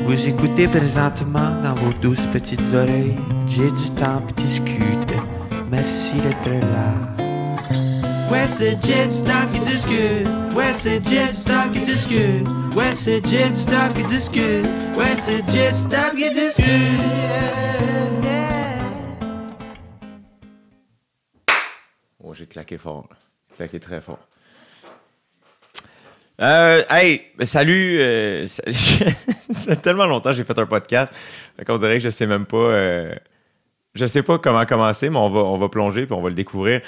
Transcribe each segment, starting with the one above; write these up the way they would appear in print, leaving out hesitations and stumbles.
Vous écoutez présentement dans vos douces petites oreilles. J'ai du temps pour discuter. Merci d'être là. Ouais, c'est Jet Stock qui discute. Ouais, c'est Jet Stock qui discute. Ouais, c'est Jet Stock qui discute. Ouais, c'est Jet Stock qui discute. Oh, j'ai claqué fort. Claqué très fort. Hey, salut. Ça fait tellement longtemps que j'ai fait un podcast qu'on dirait que je sais même pas. Je sais pas comment commencer, mais on va plonger puis on va le découvrir.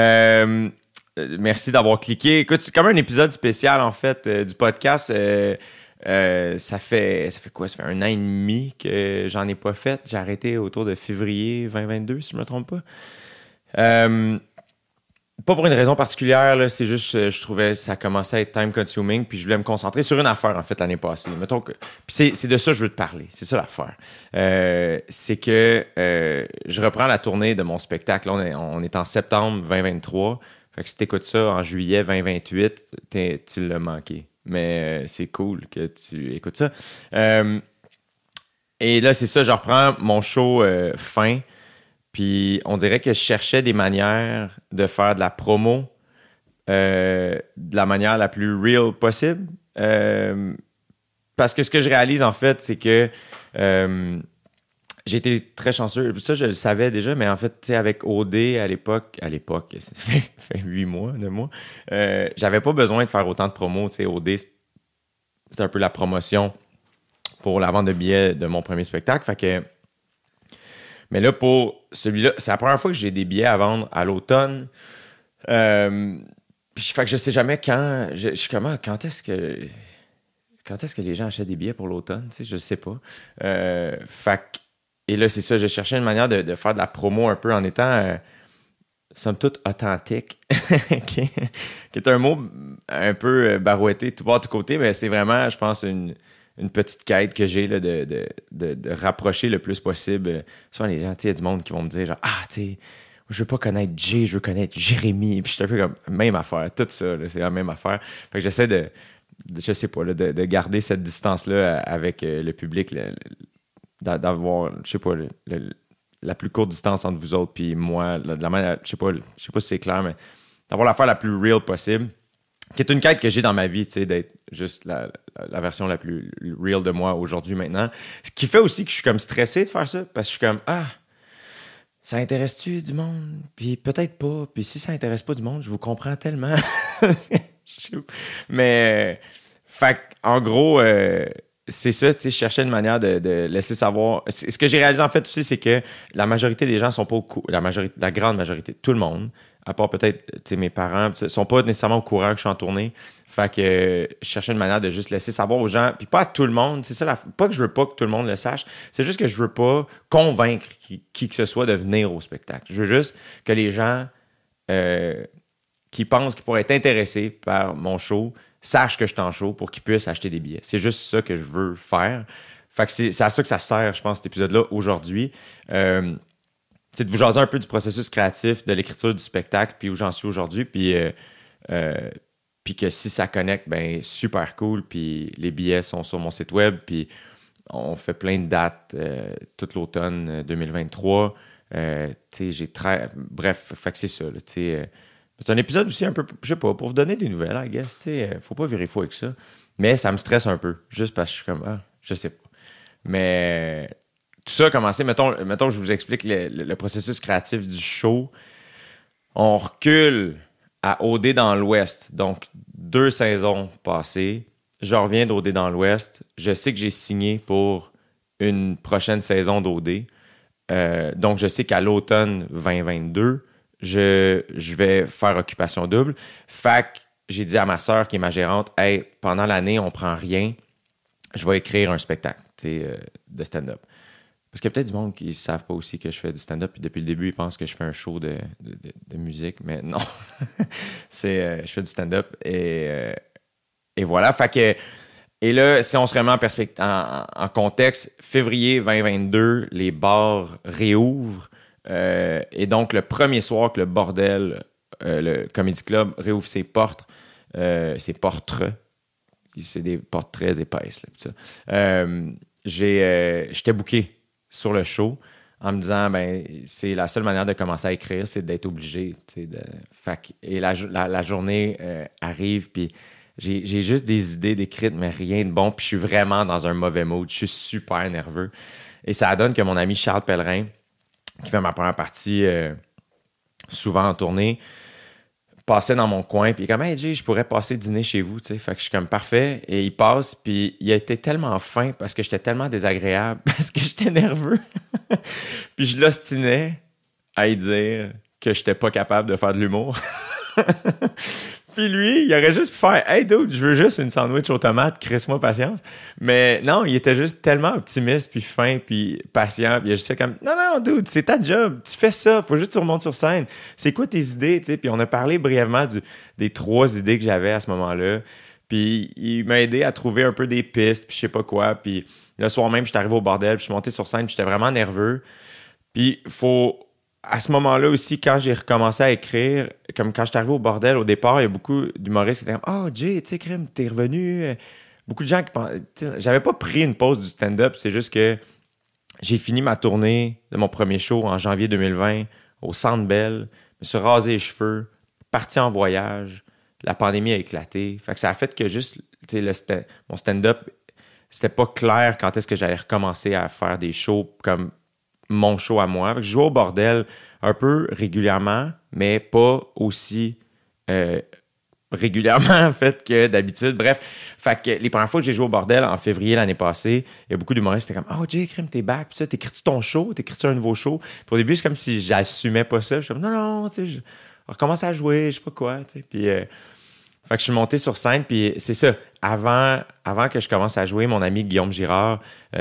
Merci d'avoir cliqué. Écoute, c'est comme un épisode spécial en fait du podcast. Ça fait quoi? Ça fait 1 an et demi que j'en ai pas fait. J'ai arrêté autour de février 2022, si je me trompe pas. Pas pour une raison particulière, là, c'est juste je trouvais que ça commençait à être time consuming, puis je voulais me concentrer sur une affaire en fait l'année passée. Mettons que puis c'est de ça que je veux te parler, c'est ça l'affaire. C'est que je reprends la tournée de mon spectacle. Là, on est en septembre 2023. Fait que si t'écoutes ça en juillet 2028, tu l'as manqué. Mais c'est cool que tu écoutes ça. Et là, c'est ça, je reprends mon show fin. Puis on dirait que je cherchais des manières de faire de la promo de la manière la plus real possible. Parce que ce que je réalise, en fait, c'est que j'ai été très chanceux. Ça, je le savais déjà, mais en fait, tu sais, avec OD à l'époque, ça fait 8 mois, 9 mois, j'avais pas besoin de faire autant de promos. Tu sais, OD, c'était un peu la promotion pour la vente de billets de mon premier spectacle. Fait que mais là, pour celui-là, c'est la première fois que j'ai des billets à vendre à l'automne. Puis, fait que je sais jamais quand. Je suis comment, quand est-ce que les gens achètent des billets pour l'automne? Tu sais, je sais pas. Et là, c'est ça, je cherchais une manière de faire de la promo un peu en étant, somme toute, authentique, qui est un mot un peu barouetté tout bas, tout côté, mais c'est vraiment, je pense, une petite quête que j'ai là, de rapprocher le plus possible. Souvent, les gens, tu sais, il y a du monde qui vont me dire genre, ah, tu sais, je veux pas connaître Jay, je veux connaître Jérémy. Puis je suis un peu comme, même affaire, tout ça, là, c'est la même affaire. Fait que j'essaie je sais pas, là, de garder cette distance-là avec le public, d'avoir, je sais pas, la plus courte distance entre vous autres puis moi, je sais pas si c'est clair, mais d'avoir l'affaire la plus real possible. Qui est une quête que j'ai dans ma vie, tu sais, d'être juste la version la plus real de moi aujourd'hui, maintenant. Ce qui fait aussi que je suis comme stressé de faire ça, parce que je suis comme, ça intéresse-tu du monde? Puis peut-être pas. Puis si ça intéresse pas du monde, je vous comprends tellement. Mais, fait en gros, c'est ça, tu sais, je cherchais une manière de laisser savoir. Ce que j'ai réalisé, en fait, aussi, c'est que la majorité des gens sont pas au courant. La grande majorité, tout le monde, à part peut-être, tu sais, mes parents, sont pas nécessairement au courant que je suis en tournée. Fait que je cherchais une manière de juste laisser savoir aux gens, puis pas à tout le monde, c'est ça, pas que je veux pas que tout le monde le sache, c'est juste que je veux pas convaincre qui que ce soit de venir au spectacle. Je veux juste que les gens qui pensent qu'ils pourraient être intéressés par mon show sachent que je suis en show pour qu'ils puissent acheter des billets. C'est juste ça que je veux faire. Fait que c'est à ça que ça sert, je pense, cet épisode-là, aujourd'hui. C'est de vous jaser un peu du processus créatif, de l'écriture du spectacle, puis où j'en suis aujourd'hui, puis que si ça connecte, ben super cool, puis les billets sont sur mon site web, puis on fait plein de dates toute l'automne 2023. Bref, fait que c'est ça, là, tu sais... c'est un épisode aussi un peu, je sais pas, pour vous donner des nouvelles, I guess, tu sais, faut pas virer fou avec ça. Mais ça me stresse un peu, juste parce que je suis comme, je sais pas. Mais tout ça a commencé, mettons que je vous explique le processus créatif du show. On recule à OD dans l'Ouest, donc 2 saisons passées. Je reviens d'OD dans l'Ouest. Je sais que j'ai signé pour une prochaine saison d'OD. Donc, je sais qu'à l'automne 2022, je vais faire occupation double. Fait que j'ai dit à ma sœur, qui est ma gérante, « Hey, pendant l'année, on prend rien. Je vais écrire un spectacle de stand-up. » Parce qu'il y a peut-être du monde qui ne savent pas aussi que je fais du stand-up, puis depuis le début, ils pensent que je fais un show de musique, mais non. Je fais du stand-up et voilà. Fait que, et là, si on se remet en contexte, février 2022, les bars réouvrent. Et donc, le premier soir que le bordel, le Comedy Club, réouvre ses portes, c'est des portes très épaisses. Là, j'étais booké sur le show en me disant, ben c'est la seule manière de commencer à écrire, c'est d'être obligé. Et la journée arrive, puis j'ai juste des idées d'écrites, mais rien de bon, puis je suis vraiment dans un mauvais mood. Je suis super nerveux. Et ça donne que mon ami Charles Pellerin, qui fait ma première partie souvent en tournée, passait dans mon coin, puis il est comme « Hey Jay, je pourrais passer dîner chez vous », tu sais. Fait que je suis comme « Parfait », et il passe, puis il a été tellement fin parce que j'étais tellement désagréable, parce que j'étais nerveux. Puis je l'ostinais à lui dire que j'étais pas capable de faire de l'humour. Puis lui, il aurait juste pu faire « Hey dude, je veux juste une sandwich aux tomates, crisse-moi patience ». Mais non, il était juste tellement optimiste, puis fin, puis patient. Puis il a juste fait comme « Non, non, dude, c'est ta job, tu fais ça, faut juste que tu remontes sur scène. C'est quoi tes idées, tu sais ». Puis on a parlé brièvement des 3 idées que j'avais à ce moment-là. Puis il m'a aidé à trouver un peu des pistes, puis je sais pas quoi. Puis le soir même, j'étais arrivé au bordel, puis je suis monté sur scène, puis j'étais vraiment nerveux. Puis à ce moment-là aussi, quand j'ai recommencé à écrire, comme quand j'étais arrivé au bordel, au départ, il y a beaucoup d'humoristes qui étaient comme « Oh, Jay, tu sais, crème, t'es revenu. » Beaucoup de gens qui pensaient... J'avais pas pris une pause du stand-up, c'est juste que j'ai fini ma tournée de mon premier show en janvier 2020 au Centre Bell, me suis rasé les cheveux, parti en voyage, la pandémie a éclaté. Fait que ça a fait que juste, tu sais, mon stand-up, c'était pas clair quand est-ce que j'allais recommencer à faire des shows comme mon show à moi. Fait que je jouais au bordel un peu régulièrement, mais pas aussi régulièrement en fait que d'habitude. Bref, fait que les premières fois que j'ai joué au bordel en février l'année passée, il y a beaucoup d'humoristes qui étaient comme « Oh, Jay, crime, t'es back. » Puis ça, t'écris-tu ton show? T'écris-tu un nouveau show? Puis au début, c'est comme si j'assumais pas ça. Je suis comme « Non, non, tu sais, je recommence à jouer, je sais pas quoi. » Tu sais. Puis fait que je suis monté sur scène, puis c'est ça. Avant que je commence à jouer, mon ami Guillaume Girard,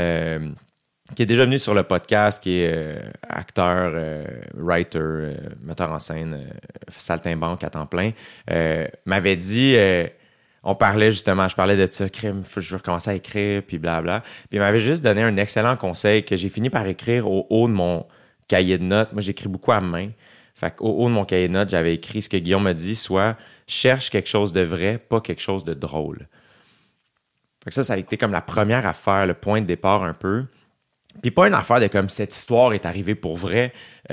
qui est déjà venu sur le podcast, qui est acteur, writer, metteur en scène, saltimbanque à temps plein, m'avait dit, on parlait justement, je parlais de ça, crime, je veux recommencer à écrire, puis blabla. Puis il m'avait juste donné un excellent conseil que j'ai fini par écrire au haut de mon cahier de notes. Moi, j'écris beaucoup à main. Fait qu'au haut de mon cahier de notes, j'avais écrit ce que Guillaume m'a dit, soit cherche quelque chose de vrai, pas quelque chose de drôle. Fait que ça a été comme la première affaire, le point de départ un peu. Puis pas une affaire de comme cette histoire est arrivée pour vrai.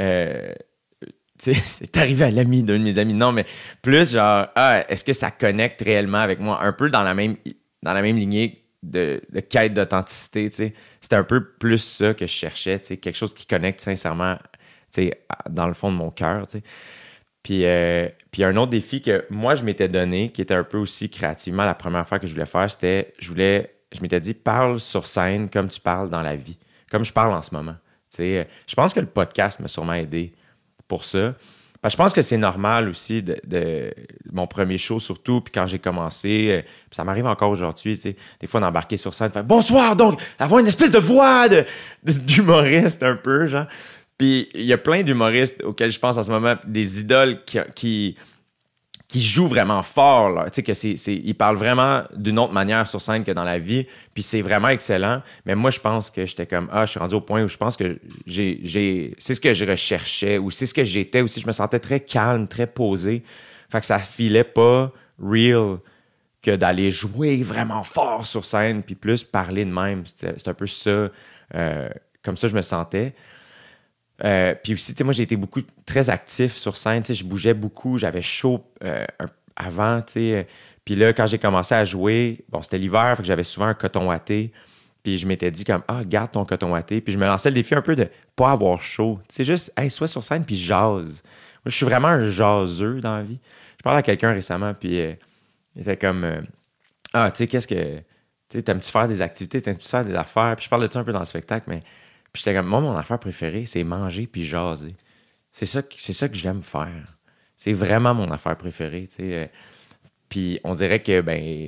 C'est arrivé à l'ami d'un de mes amis. Non, mais plus genre, est-ce que ça connecte réellement avec moi? Un peu dans la même lignée de quête d'authenticité. T'sais. C'était un peu plus ça que je cherchais. T'sais. Quelque chose qui connecte sincèrement dans le fond de mon cœur. Puis un autre défi que moi, je m'étais donné, qui était un peu aussi créativement la première fois que je voulais faire, c'était, je m'étais dit, parle sur scène comme tu parles dans la vie. Comme je parle en ce moment. Je pense que le podcast m'a sûrement aidé pour ça. Parce que je pense que c'est normal aussi de mon premier show surtout, puis quand j'ai commencé, puis ça m'arrive encore aujourd'hui, des fois d'embarquer sur scène, de faire « Bonsoir! » Donc, avoir une espèce de voix d'humoriste un peu, genre. Puis il y a plein d'humoristes auxquels je pense en ce moment, des idoles qui jouent vraiment fort, là. Tu sais, ils parlent vraiment d'une autre manière sur scène que dans la vie, puis c'est vraiment excellent. Mais moi, je pense que j'étais comme, je suis rendu au point où je pense que c'est ce que je recherchais, ou c'est ce que j'étais aussi. Je me sentais très calme, très posé. Fait que ça filait pas real que d'aller jouer vraiment fort sur scène, puis plus parler de même. C'est un peu ça, comme ça je me sentais. Puis aussi, tu sais, moi, j'ai été très actif sur scène. Tu sais, je bougeais beaucoup, j'avais chaud avant, tu sais. Puis là, quand j'ai commencé à jouer, bon, c'était l'hiver, fait que j'avais souvent un coton watté. Puis je m'étais dit comme, garde ton coton watté. Puis je me lançais le défi un peu de pas avoir chaud. Tu sais, juste, sois sur scène, puis jase. Moi, je suis vraiment un jaseux dans la vie. Je parlais à quelqu'un récemment, puis il était comme, tu sais, qu'est-ce que... Tu sais, t'aimes-tu faire des activités, t'aimes-tu faire des affaires? Puis je parle de ça un peu dans le spectacle, mais... Puis j'étais comme, moi, mon affaire préférée, c'est manger puis jaser. C'est ça que j'aime faire. C'est vraiment mon affaire préférée, tu sais. Puis on dirait que,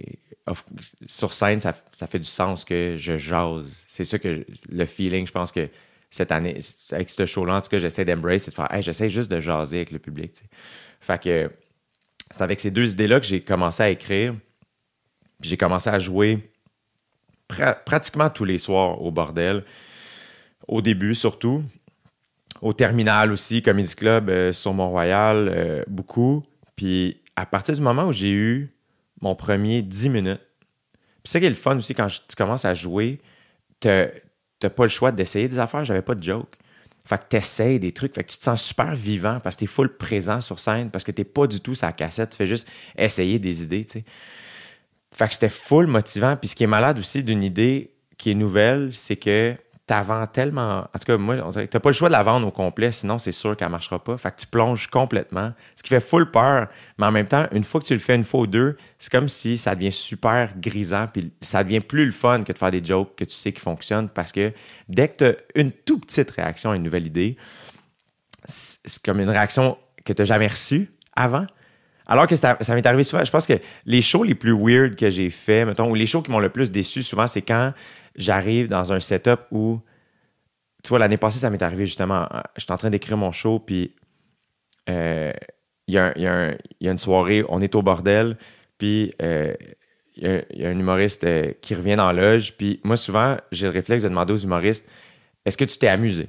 sur scène, ça fait du sens que je jase. C'est ça que le feeling, je pense que cette année, avec ce show-là, en tout cas, j'essaie d'embrace, c'est de faire, j'essaie juste de jaser avec le public, tu sais. Fait que c'est avec ces 2 idées-là que j'ai commencé à écrire. Puis j'ai commencé à jouer pratiquement tous les soirs au bordel. Au début, surtout. Au Terminal aussi, Comedy Club sur Mont-Royal, beaucoup. Puis à partir du moment où j'ai eu mon premier 10 minutes, puis ça qui est le fun aussi quand tu commences à jouer, t'as pas le choix d'essayer des affaires. J'avais pas de joke. Fait que t'essayes des trucs. Fait que tu te sens super vivant parce que t'es full présent sur scène, parce que t'es pas du tout sur la cassette. Tu fais juste essayer des idées, tu sais. Fait que c'était full motivant. Puis ce qui est malade aussi d'une idée qui est nouvelle, c'est que tu vends tellement. En tout cas, moi, on dirait que tu n'as pas le choix de la vendre au complet, sinon c'est sûr qu'elle ne marchera pas. Fait que tu plonges complètement. Ce qui fait full peur, mais en même temps, une fois que tu le fais une fois ou deux, c'est comme si ça devient super grisant, puis ça devient plus le fun que de faire des jokes que tu sais qui fonctionnent, parce que dès que tu as une toute petite réaction à une nouvelle idée, c'est comme une réaction que tu n'as jamais reçue avant. Alors que ça m'est arrivé souvent. Je pense que les shows les plus weird que j'ai fait, mettons, ou les shows qui m'ont le plus déçu souvent, c'est quand j'arrive dans un setup où, tu vois, l'année passée, ça m'est arrivé justement. J'étais en train d'écrire mon show, puis il y a une soirée, on est au bordel, puis il y a un humoriste qui revient dans la loge, puis moi, souvent, j'ai le réflexe de demander aux humoristes, est-ce que tu t'es amusé?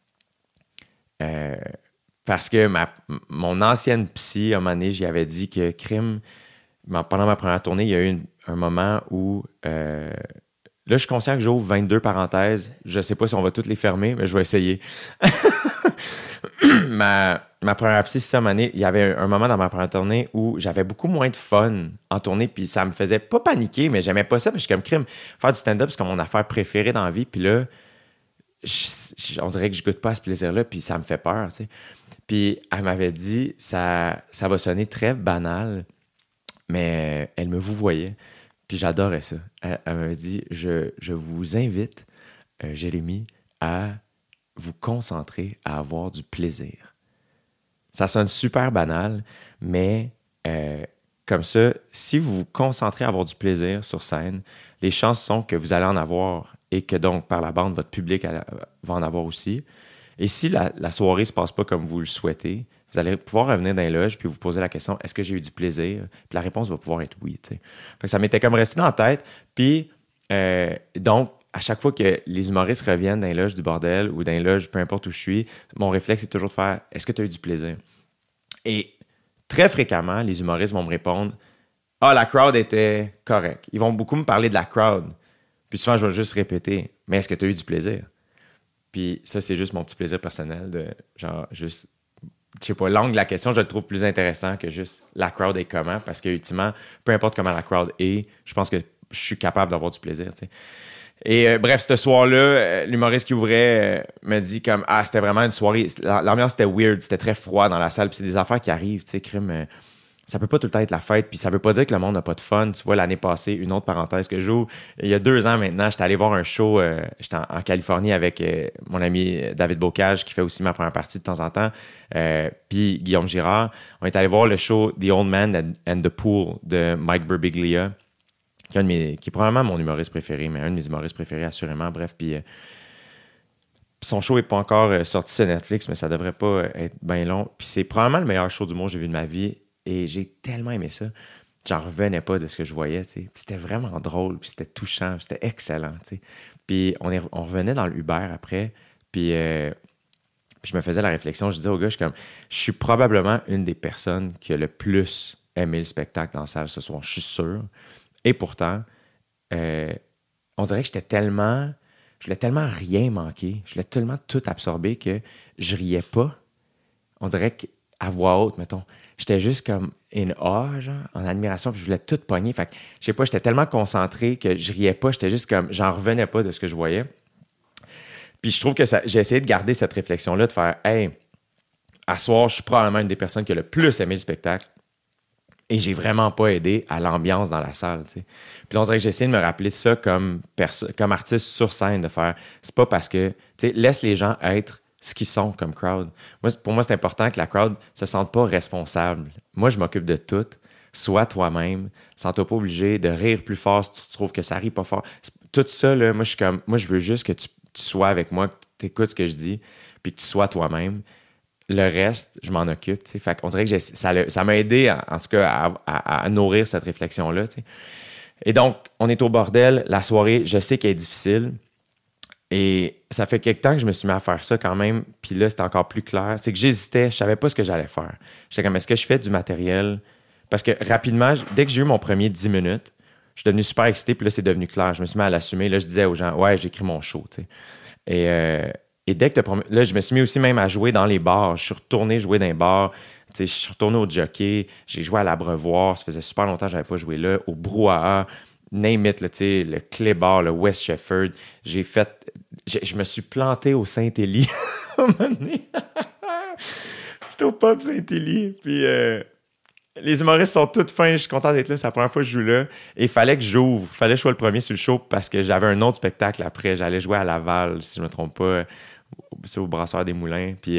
Parce que mon ancienne psy, à un moment donné, j'y avais dit que crime, pendant ma première tournée, il y a eu un moment où là, je suis conscient que j'ouvre 22 parenthèses. Je ne sais pas si on va toutes les fermer, mais je vais essayer. ma première psy, c'est ça, à un moment donné, il y avait un moment dans ma première tournée où j'avais beaucoup moins de fun en tournée, puis ça me faisait pas paniquer, mais j'aimais pas ça, parce que je suis comme crime. Faire du stand-up, c'est comme mon affaire préférée dans la vie, puis là, on dirait que je goûte pas à ce plaisir-là, puis ça me fait peur, tu sais. Puis elle m'avait dit, ça va sonner très banal, mais elle me vouvoyait. Puis j'adorais ça. Elle m'avait dit, je vous invite, Jérémy, à vous concentrer, à avoir du plaisir. Ça sonne super banal, mais comme ça, si vous vous concentrez à avoir du plaisir sur scène, les chances sont que vous allez en avoir et que donc, par la bande, votre public va en avoir aussi. Et si la soirée ne se passe pas comme vous le souhaitez, vous allez pouvoir revenir dans les loges puis vous poser la question, est-ce que j'ai eu du plaisir? Puis la réponse va pouvoir être oui. Fait que ça m'était comme resté dans la tête. Puis donc, à chaque fois que les humoristes reviennent dans les loges du bordel ou dans les loges, peu importe où je suis, mon réflexe est toujours de faire, est-ce que tu as eu du plaisir? Et très fréquemment, les humoristes vont me répondre, la crowd était correcte. Ils vont beaucoup me parler de la crowd. Puis souvent, je vais juste répéter, mais est-ce que tu as eu du plaisir? Puis ça, c'est juste mon petit plaisir personnel de genre juste, je sais pas, l'angle de la question, je le trouve plus intéressant que juste la crowd est comment, parce que ultimement, peu importe comment la crowd est, je pense que je suis capable d'avoir du plaisir, tu sais. Et bref, ce soir-là, l'humoriste qui ouvrait me dit comme, c'était vraiment une soirée, l'ambiance était weird, c'était très froid dans la salle, puis c'est des affaires qui arrivent, tu sais, crime. Ça peut pas tout le temps être la fête, puis ça veut pas dire que le monde n'a pas de fun. Tu vois, l'année passée, une autre parenthèse que j'ouvre, il y a 2 ans maintenant, j'étais allé voir un show, j'étais en Californie avec mon ami David Bocage, qui fait aussi ma première partie de temps en temps, puis Guillaume Girard. On est allé voir le show The Old Man and the Pool de Mike Birbiglia, qui est probablement mon humoriste préféré, mais un de mes humoristes préférés, assurément. Bref, puis son show n'est pas encore sorti sur Netflix, mais ça devrait pas être bien long. Puis c'est probablement le meilleur show du monde que j'ai vu de ma vie. Et j'ai tellement aimé ça. J'en revenais pas de ce que je voyais, tu sais. Puis c'était vraiment drôle, puis c'était touchant, puis c'était excellent, tu sais. Puis on revenait dans le Uber après, puis je me faisais la réflexion, je disais au gars, je suis probablement une des personnes qui a le plus aimé le spectacle dans la salle ce soir, je suis sûr. Et pourtant, on dirait que je voulais tellement rien manquer, je voulais tellement tout absorber que je riais pas. On dirait qu'à voix haute, mettons, j'étais juste comme in awe, genre, en admiration, puis je voulais tout pogner. Fait que, je sais pas, j'étais tellement concentré que je riais pas, j'étais juste comme, j'en revenais pas de ce que je voyais. Puis je trouve que j'ai essayé de garder cette réflexion-là, de faire, hey, à soir, je suis probablement une des personnes qui a le plus aimé le spectacle. Et j'ai vraiment pas aidé à l'ambiance dans la salle, tu sais. Puis là, on dirait que j'ai essayé de me rappeler ça comme artiste sur scène, de faire, c'est pas parce que, tu sais, laisse les gens être ce qu'ils sont comme crowd. Pour moi, c'est important que la crowd se sente pas responsable. Moi, je m'occupe de tout. Sois toi-même. Sens-toi pas obligé de rire plus fort si tu trouves que ça rit pas fort. Tout ça, là, moi, je veux juste que tu sois avec moi, que tu écoutes ce que je dis, puis que tu sois toi-même. Le reste, je m'en occupe. T'sais. Fait qu'on dirait que ça m'a aidé, en tout cas, à nourrir cette réflexion-là. T'sais. Et donc, on est au bordel. La soirée, je sais qu'elle est difficile. Et ça fait quelque temps que je me suis mis à faire ça quand même. Puis là, c'était encore plus clair. C'est que j'hésitais. Je savais pas ce que j'allais faire. J'étais comme, est-ce que je fais du matériel? Parce que rapidement, dès que j'ai eu mon premier 10 minutes, Je suis devenu super excité, puis là, c'est devenu clair. Je me suis mis à l'assumer. Là, je disais aux gens, ouais, j'écris mon show, tu sais. Et dès que là, je me suis mis aussi même à jouer dans les bars. Je suis retourné jouer dans les bars. Tu sais, je suis retourné au Jockey. J'ai joué à l'Abreuvoir. Ça faisait super longtemps que je n'avais pas joué là. Au Brouhaha. Name it, là, tu sais, le Clay Bar, le West Shefford. Je me suis planté au Saint-Élie. À un moment donné. J'étais au Pub Saint-Élie. Puis les humoristes sont tous fins. Je suis content d'être là. C'est la première fois que je joue là. Et il fallait que j'ouvre. Il fallait que je sois le premier sur le show parce que j'avais un autre spectacle après. J'allais jouer à Laval, si je ne me trompe pas. C'est au Brasseur des Moulins. Puis,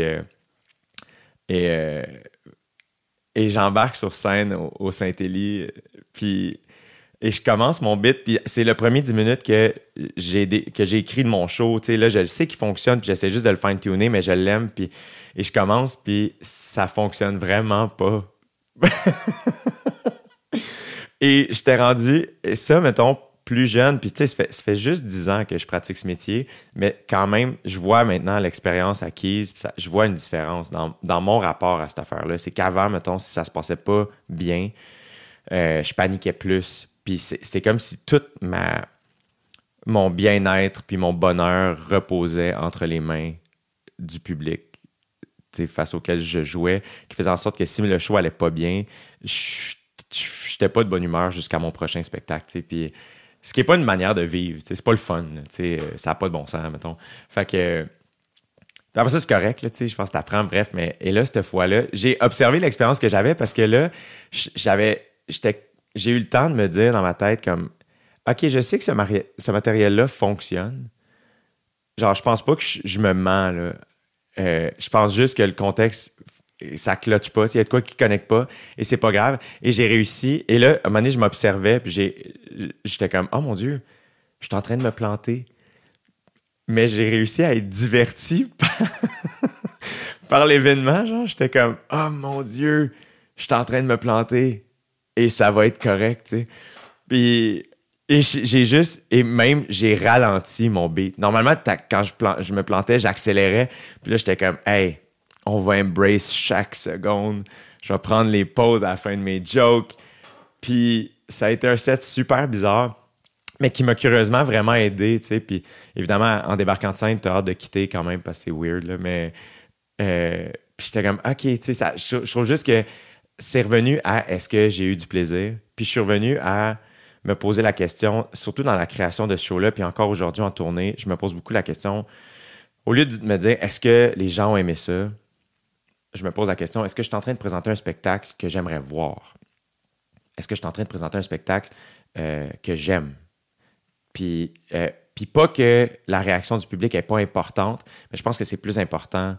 et j'embarque sur scène au Saint-Élie. Puis, et je commence mon bit. Puis c'est le premier 10 minutes que j'ai écrit de mon show. Tu sais, là, je sais qu'il fonctionne. Puis j'essaie juste de le fine-tuner, mais je l'aime. Puis, et je commence. Puis ça fonctionne vraiment pas. Et j'étais rendu. Et ça, mettons, plus jeune, puis tu sais, ça fait juste 10 ans que je pratique ce métier, mais quand même, je vois maintenant l'expérience acquise, je vois une différence dans mon rapport à cette affaire-là. C'est qu'avant, mettons, si ça se passait pas bien, je paniquais plus. Puis c'est comme si tout mon bien-être puis mon bonheur reposait entre les mains du public, tu sais, face auquel je jouais, qui faisait en sorte que si le show allait pas bien, j'étais pas de bonne humeur jusqu'à mon prochain spectacle, tu sais, puis ce qui n'est pas une manière de vivre. C'est pas le fun. Ça n'a pas de bon sens, mettons. Fait que. Après ça, c'est correct. Là, je pense que t'apprends. Bref, mais. Et là, cette fois-là, j'ai observé l'expérience que j'avais parce que là, j'ai eu le temps de me dire dans ma tête comme OK, je sais que ce matériel-là fonctionne. Genre, je pense pas que je me mens. Là. Je pense juste que le contexte. Ça cloche pas, il y a de quoi qui connecte pas et c'est pas grave. Et j'ai réussi. Et là, à un moment donné, je m'observais puis j'étais comme, oh mon Dieu, je suis en train de me planter. Mais j'ai réussi à être diverti par l'événement. Genre, j'étais comme, oh mon Dieu, je suis en train de me planter et ça va être correct, tu sais. Puis, et même, j'ai ralenti mon beat. Normalement, quand je me plantais, j'accélérais. Puis là, j'étais comme, hey, on va embrace chaque seconde. Je vais prendre les pauses à la fin de mes jokes. Puis ça a été un set super bizarre, mais qui m'a curieusement vraiment aidé, tu sais. Puis évidemment, en débarquant de scène, t'as hâte de quitter quand même parce que c'est weird, là. Mais puis j'étais comme, OK, tu sais, je trouve juste que c'est revenu à est-ce que j'ai eu du plaisir? Puis je suis revenu à me poser la question, surtout dans la création de ce show-là, puis encore aujourd'hui en tournée, je me pose beaucoup la question, au lieu de me dire, est-ce que les gens ont aimé ça? Je me pose la question, est-ce que je suis en train de présenter un spectacle que j'aimerais voir? Est-ce que je suis en train de présenter un spectacle que j'aime? Puis pas que la réaction du public n'est pas importante, mais je pense que c'est plus important,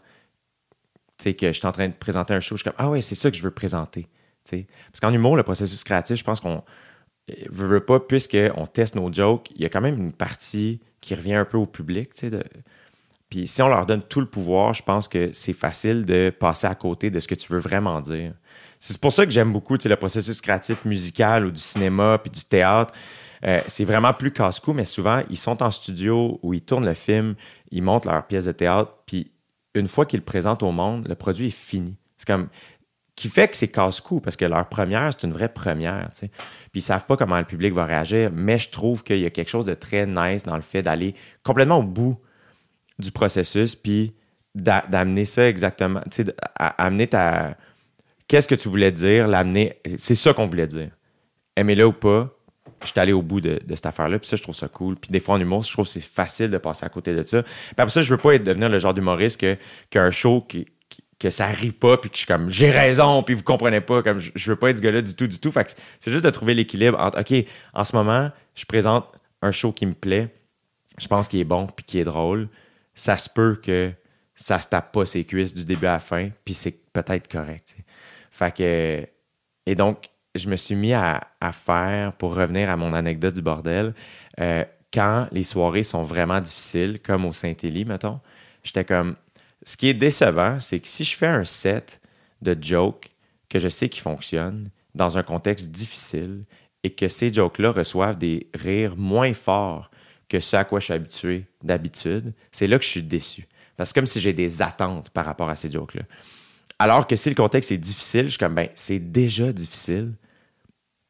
tu sais, que je suis en train de présenter un show. Je suis comme, ah ouais, c'est ça que je veux présenter. T'sais. Parce qu'en humour, le processus créatif, je pense qu'on veut pas, puisqu'on teste nos jokes, il y a quand même une partie qui revient un peu au public, tu sais, Puis si on leur donne tout le pouvoir, je pense que c'est facile de passer à côté de ce que tu veux vraiment dire. C'est pour ça que j'aime beaucoup le processus créatif musical ou du cinéma puis du théâtre. C'est vraiment plus casse-cou, mais souvent, ils sont en studio où ils tournent le film, ils montent leur pièce de théâtre, puis une fois qu'ils le présentent au monde, le produit est fini. C'est comme... qui fait que c'est casse-cou, parce que leur première, c'est une vraie première, tu sais. Puis ils savent pas comment le public va réagir, mais je trouve qu'il y a quelque chose de très nice dans le fait d'aller complètement au bout du processus, puis d'amener ça exactement, tu sais, amener ta... Qu'est-ce que tu voulais dire, l'amener... C'est ça qu'on voulait dire. Aimez-le ou pas, je suis allé au bout de cette affaire-là, puis ça, je trouve ça cool. Puis des fois, en humour, je trouve que c'est facile de passer à côté de ça. Puis après ça, je veux pas devenir le genre d'humoriste qu'un show que ça rit pas, puis que je suis comme, j'ai raison, puis vous comprenez pas, comme je veux pas être ce gars-là du tout. Fait que c'est juste de trouver l'équilibre entre, OK, en ce moment, je présente un show qui me plaît, je pense qu'il est bon, puis qui est drôle. Ça se peut que ça se tape pas ses cuisses du début à la fin, puis c'est peut-être correct. T'sais. Fait que... Et donc, je me suis mis à faire, pour revenir à mon anecdote du bordel, quand les soirées sont vraiment difficiles, comme au Saint-Élie, mettons, j'étais comme... Ce qui est décevant, c'est que si je fais un set de jokes que je sais qui fonctionnent dans un contexte difficile et que ces jokes-là reçoivent des rires moins forts que ce à quoi je suis habitué d'habitude, c'est là que je suis déçu. Parce que c'est comme si j'ai des attentes par rapport à ces jokes-là. Alors que si le contexte est difficile, je suis comme, ben, c'est déjà difficile.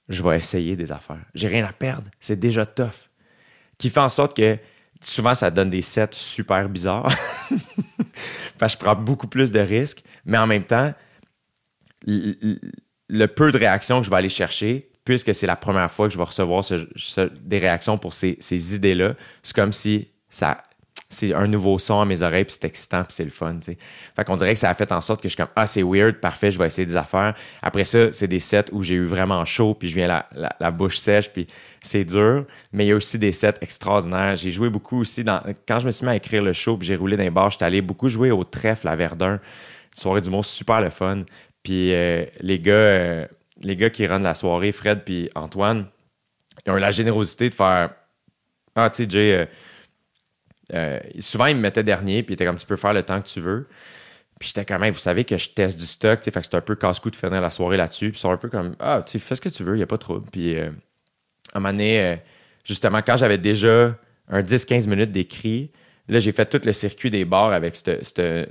je vais essayer des affaires. J'ai rien à perdre. C'est déjà tough. Qui fait en sorte que souvent, ça donne des sets super bizarres. Parce que je prends beaucoup plus de risques, mais en même temps, le peu de réactions que je vais aller chercher, puisque c'est la première fois que je vais recevoir des réactions pour ces idées-là, c'est comme si c'est un nouveau son à mes oreilles, puis c'est excitant, puis c'est le fun, tu sais. Fait qu'on dirait que ça a fait en sorte que je suis comme « Ah, c'est weird, parfait, je vais essayer des affaires. » Après ça, c'est des sets où j'ai eu vraiment chaud, puis je viens la bouche sèche, puis c'est dur. Mais il y a aussi des sets extraordinaires. J'ai joué beaucoup aussi quand je me suis mis à écrire le show, puis j'ai roulé dans les bars, j'étais allé beaucoup jouer au trèfle à Verdun. Une soirée d'humour super le fun. Puis les gars qui runnent la soirée, Fred puis Antoine, ils ont eu la générosité de faire « Ah, tu sais, Jay... souvent, ils me mettaient dernier, puis ils étaient comme tu peux faire le temps que tu veux. Puis j'étais comme, hey, vous savez que je teste du stock, tu sais, fait que c'est un peu casse-cou de finir la soirée là-dessus. Puis ils sont un peu comme, ah, tu sais, fais ce que tu veux, il n'y a pas de trouble. Puis à un moment donné, justement, quand j'avais déjà un 10-15 minutes d'écrit, là, j'ai fait tout le circuit des bars avec ce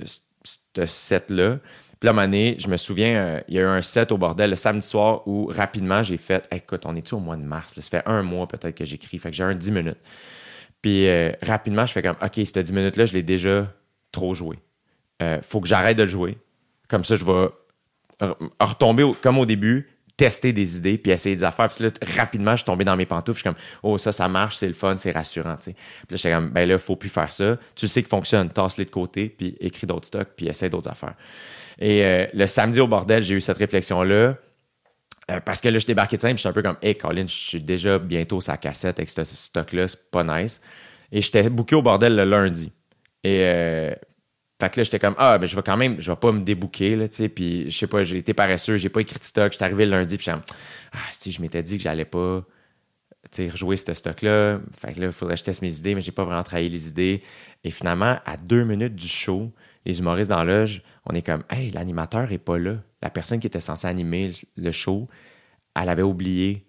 set-là. Puis là, à un moment donné, je me souviens, il y a eu un set au bordel le samedi soir où rapidement, j'ai fait, hey, écoute, on est-tu au mois de mars? Là, ça fait un mois peut-être que j'écris, fait que j'ai un 10 minutes. Puis rapidement, je fais comme, OK, cette 10 minutes-là, je l'ai déjà trop joué. Faut que j'arrête de le jouer. Comme ça, je vais retomber comme au début, tester des idées, puis essayer des affaires. Puis là, rapidement, je suis tombé dans mes pantoufles. Je suis comme, oh, ça marche, c'est le fun, c'est rassurant. T'sais. Puis là, j'étais comme, ben là, faut plus faire ça. Tu sais qu'il fonctionne, tasse-les de côté, puis écris d'autres stocks, puis essaie d'autres affaires. Et le samedi au bordel, j'ai eu cette réflexion-là. Parce que là, je débarquais de scène, j'étais un peu comme, hey, Colin, je suis déjà bientôt sa cassette avec ce stock-là, c'est pas nice. Et j'étais booké au bordel le lundi. Et fait que là, j'étais comme, ah, ben je vais pas me débooker, là, tu sais. Puis je sais pas, j'ai été paresseux, j'ai pas écrit de stock. J'étais arrivé le lundi, puis j'étais comme, ah, si, je m'étais dit que j'allais pas, tu sais, rejouer ce stock-là. Fait que là, il faudrait que je teste mes idées, mais j'ai pas vraiment travaillé les idées. Et finalement, à 2 minutes du show, les humoristes dans la loge, on est comme, hey, l'animateur est pas là. La personne qui était censée animer le show, elle avait oublié.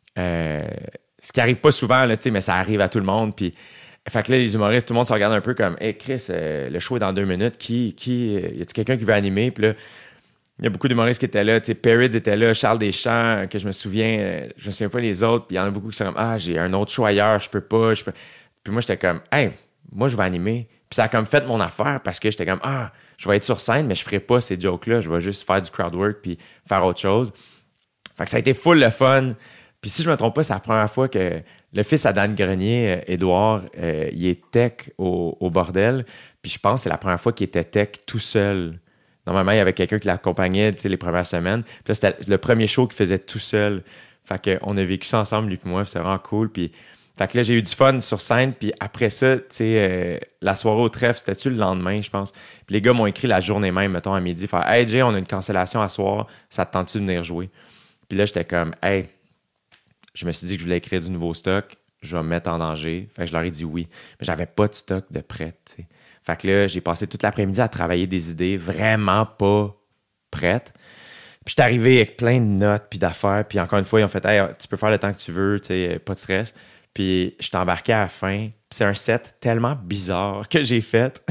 Ce qui arrive pas souvent, là, mais ça arrive à tout le monde. Puis, fait que là, les humoristes, tout le monde se regarde un peu comme, hey, Chris, le show est dans 2 minutes. Y a-t-il quelqu'un qui veut animer? Puis là, il y a beaucoup d'humoristes qui étaient là. Perrids était là, Charles Deschamps, que je me souviens pas les autres. Puis il y en a beaucoup qui sont comme, ah, j'ai un autre show ailleurs, je peux pas. Puis moi, j'étais comme, hey, moi, je vais animer. Puis ça a comme fait mon affaire parce que j'étais comme, ah, je vais être sur scène, mais je ferai pas ces jokes-là. Je vais juste faire du crowd work puis faire autre chose. Fait que ça a été full le fun. Puis si je me trompe pas, c'est la première fois que le fils à Dan Grenier, Édouard, il est tech au bordel. Puis je pense que c'est la première fois qu'il était tech tout seul. Normalement, il y avait quelqu'un qui l'accompagnait les premières semaines. Puis là, c'était le premier show qu'il faisait tout seul. Fait qu'on a vécu ça ensemble, lui et moi. C'était vraiment cool. Puis fait que là, j'ai eu du fun sur scène. Puis après ça, tu sais, la soirée au trèfle, c'était-tu le lendemain, je pense. Puis les gars m'ont écrit la journée même, mettons, à midi, faire « Hey, Jay, on a une cancellation à soir. Ça te tente-tu de venir jouer? » Puis là, j'étais comme « Hey, je me suis dit que je voulais écrire du nouveau stock. Je vais me mettre en danger. » Fait que je leur ai dit oui. Mais j'avais pas de stock de prêt, tu sais. Fait que là, j'ai passé toute l'après-midi à travailler des idées vraiment pas prêtes. Puis j'étais arrivé avec plein de notes puis d'affaires. Puis encore une fois, ils ont fait « Hey, tu peux faire le temps que tu veux, tu sais, pas de stress. » Puis je t'ai embarqué à la fin. Puis c'est un set tellement bizarre que j'ai fait.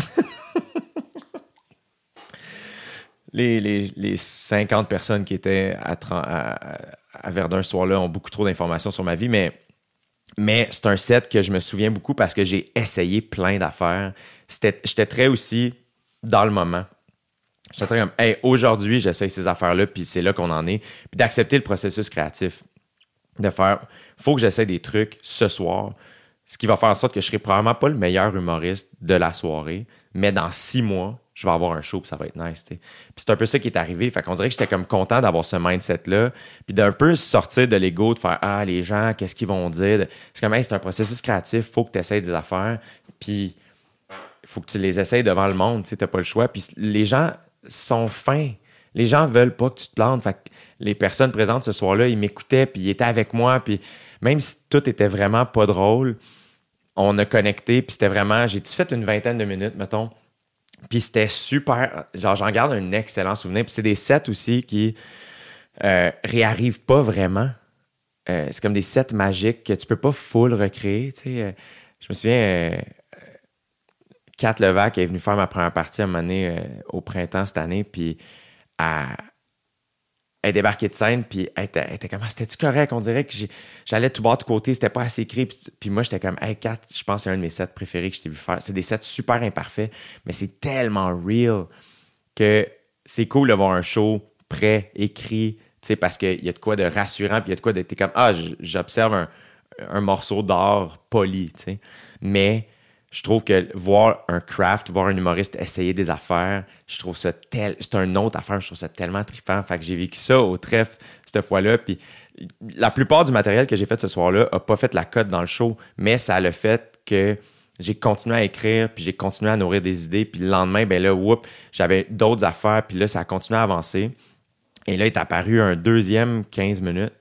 Les 50 personnes qui étaient à Verdun ce soir-là ont beaucoup trop d'informations sur ma vie, mais c'est un set que je me souviens beaucoup parce que j'ai essayé plein d'affaires. J'étais très aussi dans le moment. J'étais très comme, hey, aujourd'hui, j'essaye ces affaires-là, puis c'est là qu'on en est. Puis d'accepter le processus créatif. De faire, faut que j'essaie des trucs ce soir, ce qui va faire en sorte que je serai probablement pas le meilleur humoriste de la soirée, mais dans 6 mois, je vais avoir un show, puis ça va être nice, tu sais. Puis c'est un peu ça qui est arrivé. Fait qu'on dirait que j'étais comme content d'avoir ce mindset-là, puis d'un peu sortir de l'ego, de faire, ah, les gens, qu'est-ce qu'ils vont dire? C'est comme, hey, c'est un processus créatif, faut que tu essaies des affaires, puis il faut que tu les essayes devant le monde, tu sais, t'as pas le choix. Puis les gens sont fins. Les gens veulent pas que tu te plantes. Fait que les personnes présentes ce soir-là, ils m'écoutaient, puis ils étaient avec moi, puis même si tout était vraiment pas drôle, on a connecté, puis c'était vraiment... J'ai-tu fait une 20aine de minutes, mettons? Puis c'était super... Genre, j'en garde un excellent souvenir. Puis c'est des sets aussi qui réarrivent pas vraiment. C'est comme des sets magiques que tu peux pas full recréer, tu sais. Je me souviens... Kat Levac est venue faire ma première partie à un moment donné au printemps cette année, puis elle est débarquée de scène, puis elle était comme, c'était-tu correct? On dirait que j'allais tout bas de côté, c'était pas assez écrit. Puis moi, j'étais comme, hey, Kat, je pense que c'est un de mes sets préférés que je t'ai vu faire. C'est des sets super imparfaits, mais c'est tellement real que c'est cool d'avoir un show prêt, écrit, tu sais, parce qu'il y a de quoi de rassurant, puis il y a de quoi de, t'es comme, j'observe un morceau d'art poli, tu sais. Mais je trouve que voir un craft, voir un humoriste essayer des affaires, je trouve ça c'est une autre affaire, je trouve ça tellement trippant. Fait que j'ai vécu ça au trèfle cette fois-là. Puis la plupart du matériel que j'ai fait ce soir-là n'a pas fait la cote dans le show, mais ça a le fait que j'ai continué à écrire, puis j'ai continué à nourrir des idées. Puis le lendemain, ben là, j'avais d'autres affaires, puis là, ça a continué à avancer. Et là, il est apparu un deuxième 15 minutes.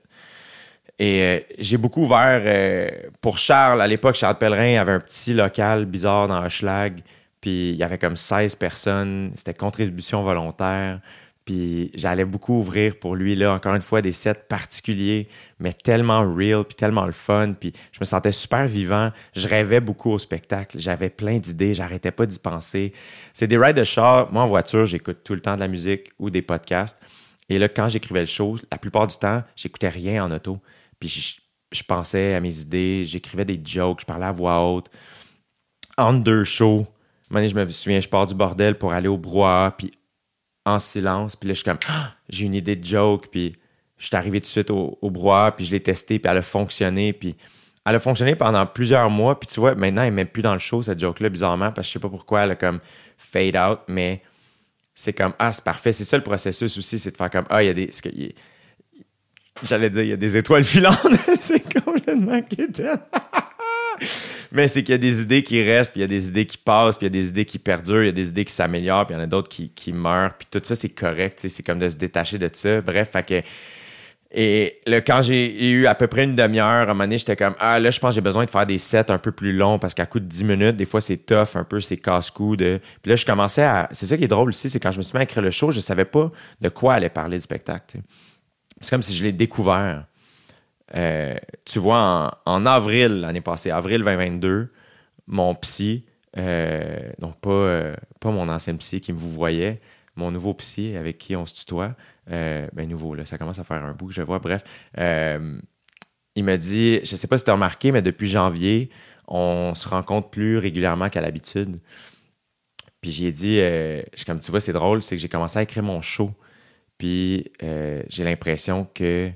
Et j'ai beaucoup ouvert pour Charles. À l'époque, Charles Pellerin avait un petit local bizarre dans Hochelag. Puis il y avait comme 16 personnes. C'était contribution volontaire. Puis j'allais beaucoup ouvrir pour lui, là, encore une fois, des sets particuliers, mais tellement real, puis tellement le fun. Puis je me sentais super vivant. Je rêvais beaucoup au spectacle. J'avais plein d'idées. J'arrêtais pas d'y penser. C'est des rides de char. Moi, en voiture, j'écoute tout le temps de la musique ou des podcasts. Et là, quand j'écrivais le show, la plupart du temps, j'écoutais rien en auto. Puis je pensais à mes idées, j'écrivais des jokes, je parlais à voix haute. Entre deux shows, un moment donné, je me souviens, je pars du bordel pour aller au brouhaha, puis en silence. Puis là, je suis comme, j'ai une idée de joke, puis je suis arrivé tout de suite au brouhaha, puis je l'ai testé, puis elle a fonctionné. Puis elle a fonctionné pendant plusieurs mois. Puis tu vois, maintenant, elle n'est même plus dans le show, cette joke-là, bizarrement, parce que je sais pas pourquoi elle a comme fade out, mais c'est comme, c'est parfait. C'est ça le processus aussi, c'est de faire comme, il y a des... J'allais dire, il y a des étoiles filantes. C'est complètement quétaine. Mais c'est qu'il y a des idées qui restent, puis il y a des idées qui passent, puis il y a des idées qui perdurent, il y a des idées qui s'améliorent, puis il y en a d'autres qui meurent. Puis tout ça, c'est correct. C'est comme de se détacher de ça. Bref, fait que... Et là, quand j'ai eu à peu près une demi-heure, à un moment donné, j'étais comme, là, je pense que j'ai besoin de faire des sets un peu plus longs, parce qu'à coup de 10 minutes, des fois, c'est tough, un peu, c'est casse-cou. Puis là, je commençais à... C'est ça qui est drôle aussi, c'est quand je me suis mis à écrire le show, je savais pas de quoi allait parler du spectacle, t'sais. C'est comme si je l'ai découvert. Tu vois, en avril l'année passée, avril 2022, mon psy, donc pas mon ancien psy qui me vous voyait, mon nouveau psy avec qui on se tutoie, nouveau, là, ça commence à faire un bout, je vois, bref. Il m'a dit, je sais pas si tu as remarqué, mais depuis janvier, on se rencontre plus régulièrement qu'à l'habitude. Puis j'ai dit, comme tu vois, c'est drôle, c'est que j'ai commencé à écrire mon show. Puis j'ai l'impression que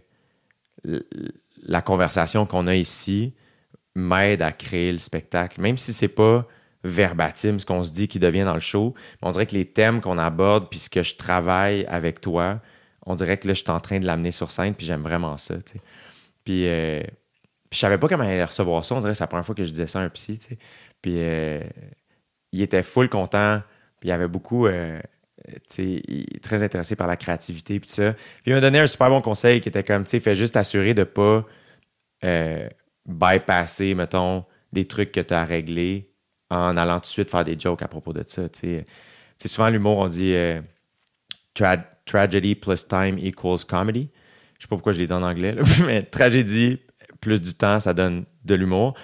la conversation qu'on a ici m'aide à créer le spectacle. Même si c'est pas verbatim ce qu'on se dit qui devient dans le show, on dirait que les thèmes qu'on aborde puis ce que je travaille avec toi, on dirait que là, je suis en train de l'amener sur scène puis j'aime vraiment ça, tu sais. Puis je savais pas comment elle allait recevoir ça. On dirait que c'est la première fois que je disais ça à un psy, tu sais. Puis il était full content. Puis il y avait beaucoup... très intéressé par la créativité et tout ça. Puis il m'a donné un super bon conseil qui était comme, tu sais, fais juste t'assurer de pas bypasser, mettons, des trucs que tu as à régler en allant tout de suite faire des jokes à propos de ça. Tu sais, souvent, l'humour, on dit tragedy plus time equals comedy. Je sais pas pourquoi je l'ai dit en anglais, là, mais tragédie plus du temps, ça donne de l'humour.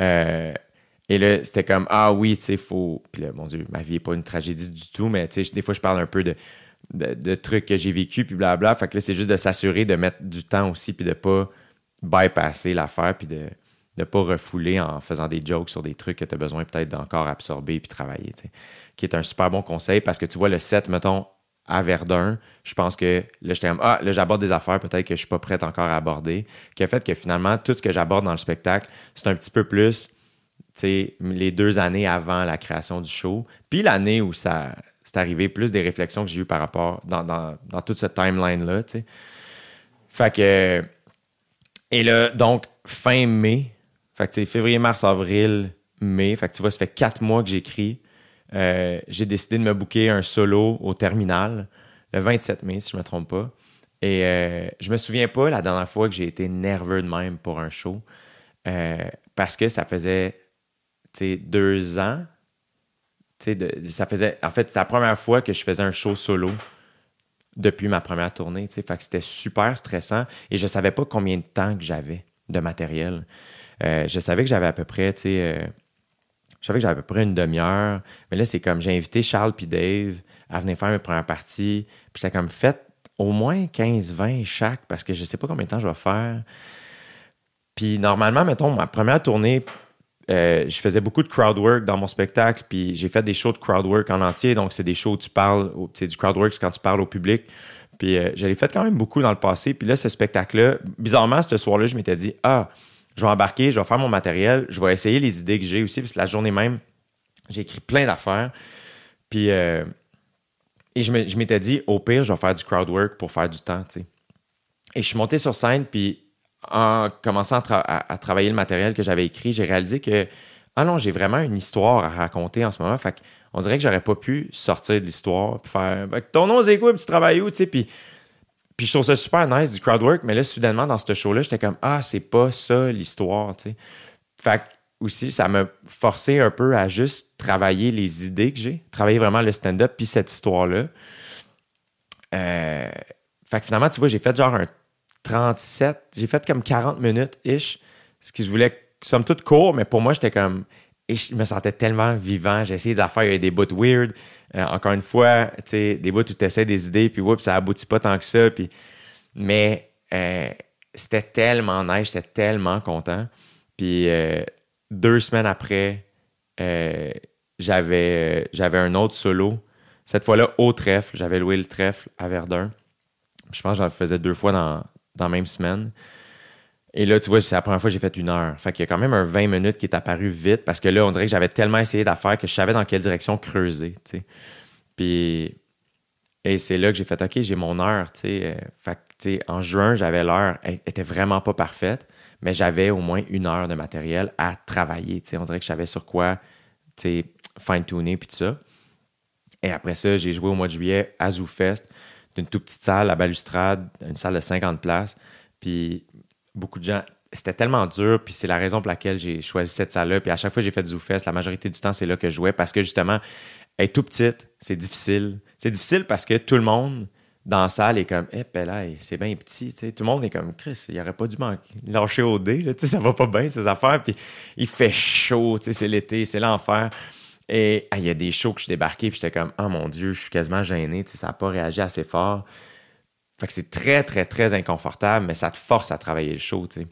Et là, c'était comme, oui, tu sais, faut... Puis là, mon Dieu, ma vie n'est pas une tragédie du tout, mais tu sais, des fois, je parle un peu de trucs que j'ai vécu, puis blabla. Fait que là, c'est juste de s'assurer de mettre du temps aussi, puis de pas bypasser l'affaire, puis de ne pas refouler en faisant des jokes sur des trucs que tu as besoin peut-être d'encore absorber puis travailler, tu sais. Qui est un super bon conseil, parce que tu vois, le set, mettons, à Verdun, je pense que là, j'étais comme, là, j'aborde des affaires peut-être que je suis pas prête encore à aborder, qui a fait que finalement, tout ce que j'aborde dans le spectacle, c'est un petit peu plus... T'sais, les 2 années avant la création du show, puis l'année où ça c'est arrivé, plus des réflexions que j'ai eues par rapport dans toute cette timeline-là. T'sais. Fait que... Et là, donc, fin mai, fait que février, mars, avril, mai, fait que tu vois, ça fait 4 mois que j'écris. J'ai décidé de me booker un solo au Terminal, le 27 mai, si je ne me trompe pas. Et je me souviens pas la dernière fois que j'ai été nerveux de même pour un show, parce que ça faisait... 2 ans, ça faisait... En fait, c'est la première fois que je faisais un show solo depuis ma première tournée, fait que c'était super stressant et je savais pas combien de temps que j'avais de matériel. Je savais que j'avais à peu près, une demi-heure, mais là, c'est comme, j'ai invité Charles puis Dave à venir faire mes premières parties, puis j'étais comme, faites au moins 15-20 chaque parce que je sais pas combien de temps je vais faire. Puis normalement, mettons, ma première tournée, je faisais beaucoup de crowd work dans mon spectacle, puis j'ai fait des shows de crowd work en entier. Donc, c'est des shows où tu parles, c'est du crowd work, c'est quand tu parles au public. Puis je l'ai fait quand même beaucoup dans le passé. Puis là, ce spectacle-là, bizarrement, ce soir-là, je m'étais dit, je vais embarquer, je vais faire mon matériel, je vais essayer les idées que j'ai aussi, parce que la journée même, j'ai écrit plein d'affaires. Puis, et je m'étais dit, au pire, je vais faire du crowd work pour faire du temps, tu sais. Et je suis monté sur scène, puis en commençant à travailler le matériel que j'avais écrit, j'ai réalisé que, non, j'ai vraiment une histoire à raconter en ce moment. Fait qu'on dirait que j'aurais pas pu sortir de l'histoire, puis faire, ton nom, c'est quoi, puis tu travailles où, tu sais, puis je trouve ça super nice du crowd work, mais là, soudainement, dans ce show-là, j'étais comme, c'est pas ça l'histoire, tu sais. Fait que aussi, ça m'a forcé un peu à juste travailler les idées que j'ai, travailler vraiment le stand-up, puis cette histoire-là. Fait que finalement, tu vois, j'ai fait genre un 37, j'ai fait comme 40 minutes-ish, ce qui se voulait, somme toute court, mais pour moi, j'étais comme, et je me sentais tellement vivant, j'ai essayé d'affaires, il y avait des bouts weird, encore une fois, tu sais, des bouts où tu essaies des idées, puis ça aboutit pas tant que ça, puis, mais c'était tellement nice, j'étais tellement content, puis 2 semaines après, j'avais un autre solo, cette fois-là au trèfle, j'avais loué le trèfle à Verdun, je pense que j'en faisais 2 fois dans la même semaine. Et là, tu vois, c'est la première fois que j'ai fait 1 heure. Fait qu'il y a quand même un 20 minutes qui est apparu vite parce que là, on dirait que j'avais tellement essayé d'affaires que je savais dans quelle direction creuser, tu sais. Puis, et c'est là que j'ai fait, OK, j'ai mon heure, tu sais. Fait que, tu sais, en juin, j'avais l'heure. Elle était vraiment pas parfaite, mais j'avais au moins 1 heure de matériel à travailler, tu sais. On dirait que je savais sur quoi, tu sais, fine-tuner puis tout ça. Et après ça, j'ai joué au mois de juillet à ZooFest, d'une toute petite salle à balustrade, une salle de 50 places. Puis beaucoup de gens, c'était tellement dur, puis c'est la raison pour laquelle j'ai choisi cette salle-là. Puis à chaque fois que j'ai fait du ZooFest, la majorité du temps, c'est là que je jouais parce que justement, être tout petite, c'est difficile. C'est difficile parce que tout le monde dans la salle est comme, là, c'est bien petit. T'sais. Tout le monde est comme, Chris, il aurait pas dû lâcher au dé, là, ça va pas bien, ces affaires. Puis il fait chaud, c'est l'été, c'est l'enfer. Et il y a des shows que je suis débarqué, puis j'étais comme, oh mon Dieu, je suis quasiment gêné, ça n'a pas réagi assez fort. Fait que c'est très, très, très inconfortable, mais ça te force à travailler le show, tu sais.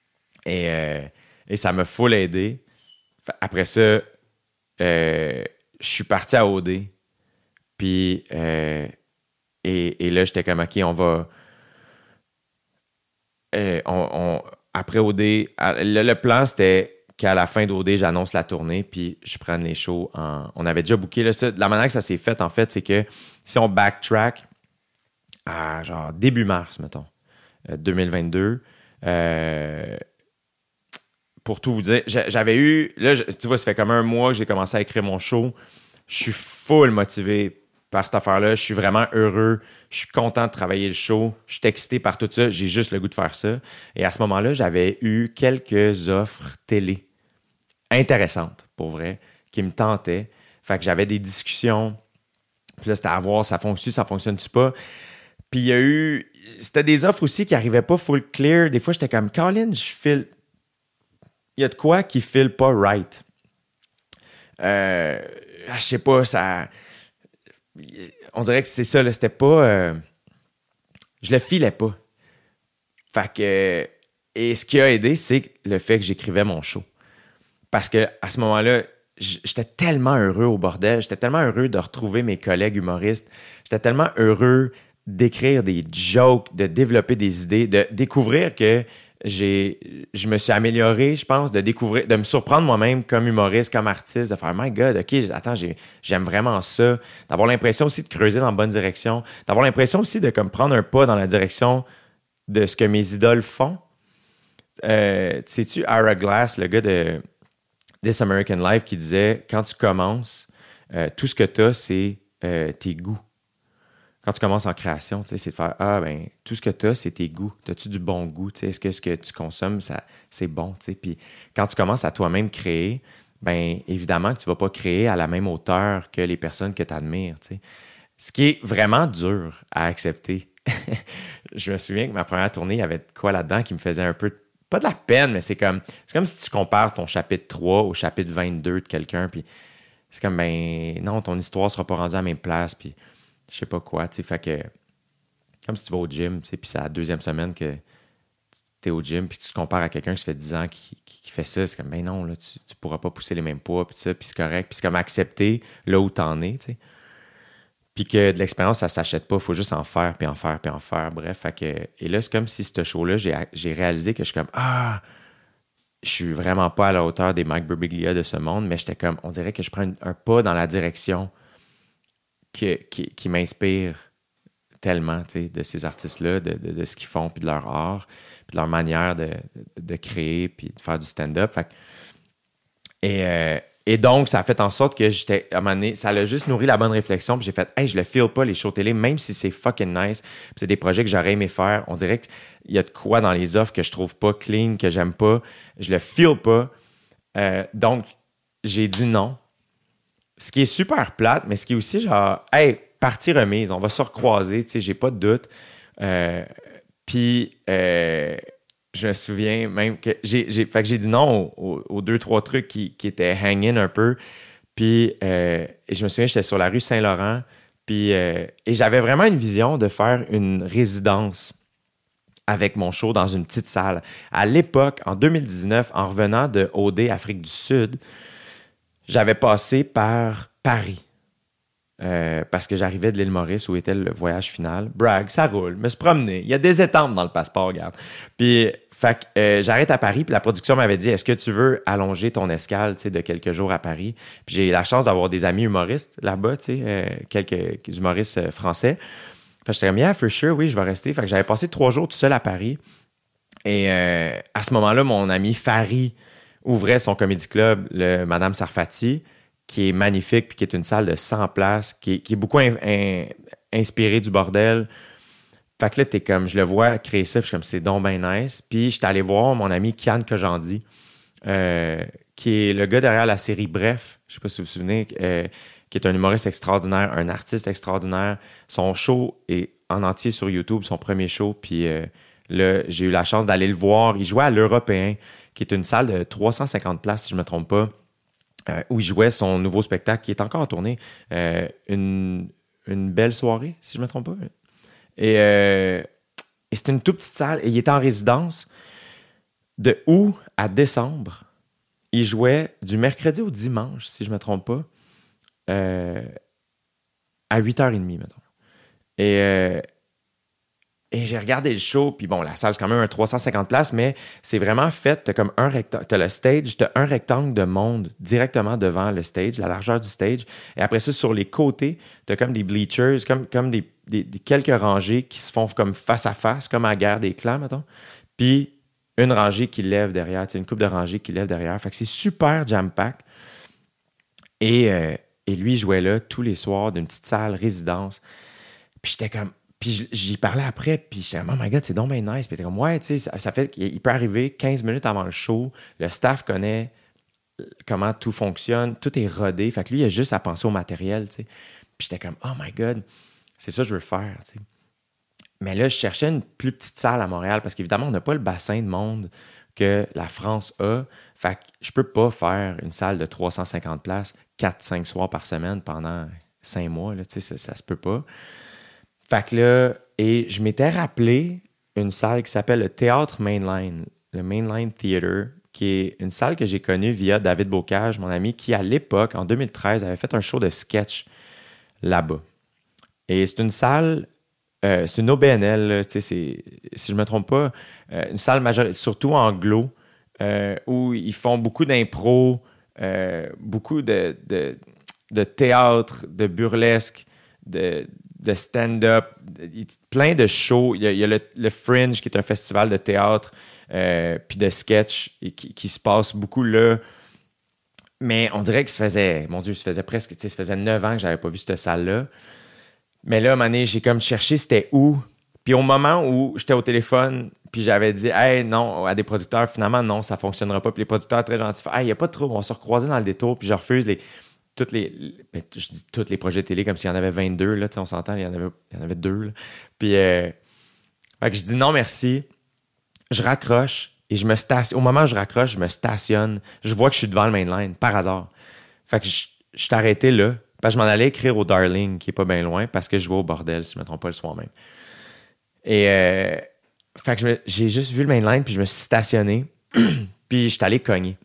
Et ça m'a full aidé. Après ça, je suis parti à OD. Puis, et là, j'étais comme, OK, on va... après OD, le plan, c'était qu'à la fin d'OD, j'annonce la tournée, puis je prenne les shows on avait déjà booké. Là, la manière que ça s'est fait, en fait, c'est que si on backtrack à genre début mars, mettons, 2022, pour tout vous dire, j'avais eu... Là, tu vois, ça fait comme 1 mois que j'ai commencé à écrire mon show. Je suis full motivé par cette affaire-là. Je suis vraiment heureux. Je suis content de travailler le show. Je suis excité par tout ça. J'ai juste le goût de faire ça. Et à ce moment-là, j'avais eu quelques offres télé intéressantes, pour vrai, qui me tentaient. Fait que j'avais des discussions. Puis là, c'était à voir, ça fonctionne-tu pas. Puis il y a eu... C'était des offres aussi qui n'arrivaient pas full clear. Des fois, j'étais comme, Colin, je file... Il y a de quoi qui file pas right. Je sais pas, ça... On dirait que c'est ça, là, c'était pas... je le filais pas. Fait que... Et ce qui a aidé, c'est le fait que j'écrivais mon show. Parce que à ce moment-là, j'étais tellement heureux au bordel, j'étais tellement heureux de retrouver mes collègues humoristes, j'étais tellement heureux d'écrire des jokes, de développer des idées, de découvrir que je me suis amélioré, je pense, de me surprendre moi-même comme humoriste, comme artiste, de faire « My God, OK, attends, j'aime vraiment ça », d'avoir l'impression aussi de creuser dans la bonne direction, d'avoir l'impression aussi de comme prendre un pas dans la direction de ce que mes idoles font. Sais-tu Ira Glass, le gars de This American Life, qui disait « Quand tu commences, tout ce que tu as, c'est tes goûts. » Quand tu commences en création, c'est de faire tout ce que tu as, c'est tes goûts. As-tu du bon goût? Est-ce que ce que tu consommes, c'est bon? Puis quand tu commences à toi-même créer, évidemment que tu ne vas pas créer à la même hauteur que les personnes que tu admires. Ce qui est vraiment dur à accepter. Je me souviens que ma première tournée, il y avait de quoi là-dedans qui me faisait un peu, pas de la peine, mais c'est comme si tu compares ton chapitre 3 au chapitre 22 de quelqu'un, puis c'est comme, non, ton histoire ne sera pas rendue à la même place, puis je sais pas quoi, tu sais, fait que comme si tu vas au gym, tu sais, puis c'est la deuxième semaine que tu es au gym, puis tu te compares à quelqu'un qui se fait 10 ans qui fait ça. C'est comme, ben non, là, tu pourras pas pousser les mêmes poids, puis ça, puis c'est correct. Puis c'est comme accepter là où t'en es, tu sais. Puis que de l'expérience, ça s'achète pas. Il faut juste en faire, puis en faire, puis en faire. Bref, fait que... Et là, c'est comme si ce show-là, j'ai réalisé que je suis comme, je suis vraiment pas à la hauteur des Mike Birbiglia de ce monde, mais j'étais comme, on dirait que je prends un pas dans la direction qui m'inspire tellement, tu sais, de ces artistes-là, de ce qu'ils font, puis de leur art, puis de leur manière de créer, puis de faire du stand-up. Fait que... Et donc, ça a fait en sorte que j'étais, à un moment donné, ça a juste nourri la bonne réflexion. Puis j'ai fait, hey, je le feel pas, les shows télé, même si c'est fucking nice. Puis c'est des projets que j'aurais aimé faire. On dirait qu'il y a de quoi dans les offres que je trouve pas clean, que j'aime pas. Je le feel pas. Donc, j'ai dit non. Ce qui est super plate, mais ce qui est aussi genre, hey, partie remise, on va se recroiser, tu sais, j'ai pas de doute. Puis, je me souviens même que fait que j'ai dit non aux 2-3 trucs qui étaient hanging un peu. Puis, et je me souviens, j'étais sur la rue Saint-Laurent. Puis, et j'avais vraiment une vision de faire une résidence avec mon show dans une petite salle. À l'époque, en 2019, en revenant de OD Afrique du Sud, j'avais passé par Paris. Parce que j'arrivais de l'île Maurice où était le voyage final. Brag, ça roule, me se promener. Il y a des étampes dans le passeport, regarde. Puis, fait que j'arrête à Paris, puis la production m'avait dit, est-ce que tu veux allonger ton escale, tu sais, de quelques jours à Paris? Puis j'ai la chance d'avoir des amis humoristes là-bas, tu sais, quelques humoristes français. Fait que j'étais comme, yeah, for sure, oui, je vais rester. Fait que j'avais passé 3 jours tout seul à Paris. Et à ce moment-là, mon ami Fari ouvrait son comédie club, le Madame Sarfati, qui est magnifique, puis qui est une salle de 100 places, qui est beaucoup inspiré du bordel. Fait que là, t'es comme, je le vois créer ça, puis je suis comme, c'est donc bien nice. Puis j'étais allé voir mon ami Kian Kojandi, qui est le gars derrière la série Bref, je sais pas si vous vous souvenez, qui est un humoriste extraordinaire, un artiste extraordinaire. Son show est en entier sur YouTube, son premier show, puis là, j'ai eu la chance d'aller le voir. Il jouait à l'Européen, qui est une salle de 350 places, si je me trompe pas, où il jouait son nouveau spectacle qui est encore en tournée. Une belle soirée, si je ne me trompe pas. Et c'était une toute petite salle. Et il était en résidence de août à décembre. Il jouait du mercredi au dimanche, si je ne me trompe pas, à 8h30, mettons. Et j'ai regardé le show, puis bon, la salle, c'est quand même un 350 places, mais c'est vraiment fait, t'as comme un rectangle, t'as le stage, t'as un rectangle de monde directement devant le stage, la largeur du stage, et après ça, sur les côtés, t'as comme des bleachers, comme des quelques rangées qui se font comme face à face, comme à la guerre des clans, mettons, puis une rangée qui lève derrière, une couple de rangées qui lève derrière, fait que c'est super jam-pack, et lui, il jouait là tous les soirs d'une petite salle résidence, puis j'étais comme... Puis j'y parlais après, puis j'étais comme, oh my God, c'est donc bien nice. Puis t'es comme, ouais, tu sais, ça fait qu'il peut arriver 15 minutes avant le show, le staff connaît comment tout fonctionne, tout est rodé. Fait que lui, il a juste à penser au matériel, tu sais. Puis j'étais comme, oh my God, c'est ça que je veux faire, tu sais. Mais là, je cherchais une plus petite salle à Montréal, parce qu'évidemment, on n'a pas le bassin de monde que la France a. Fait que je peux pas faire une salle de 350 places 4-5 soirs par semaine pendant 5 mois, là, tu sais, ça se peut pas. Fait que là, et je m'étais rappelé une salle qui s'appelle le Théâtre Mainline, le Mainline Theater, qui est une salle que j'ai connue via David Bocage, mon ami, qui à l'époque, en 2013, avait fait un show de sketch là-bas. Et c'est une salle, c'est une OBNL, tu sais, si je ne me trompe pas, une salle majeure, surtout anglo, où ils font beaucoup d'impro, beaucoup de théâtre, de burlesque, de stand-up, plein de shows. Il y a le Fringe, qui est un festival de théâtre puis de sketch et qui se passe beaucoup là. Mais on dirait que ça faisait 9 ans que j'avais pas vu cette salle-là. Mais là, à un moment donné, j'ai comme cherché c'était où. Puis au moment où j'étais au téléphone, puis j'avais dit « Hey, non » à des producteurs, finalement, non, ça fonctionnera pas. Puis les producteurs très gentils, « Hey, il n'y a pas de trouble, on va se recroiser dans le détour. » Puis je refuse je dis tous les projets télé comme s'il y en avait 22, là, on s'entend, il y en avait 2. Là. Puis, fait que je dis non, merci. Je raccroche et je me stationne. Au moment où je raccroche, je me stationne. Je vois que je suis devant le mainline, par hasard. Fait que je suis arrêté là, parce que je m'en allais écrire au Darling, qui est pas bien loin, parce que je jouais au bordel, si je ne me trompe pas, le soir même. Et fait que j'ai juste vu le mainline, puis je me suis stationné, puis je suis allé cogner.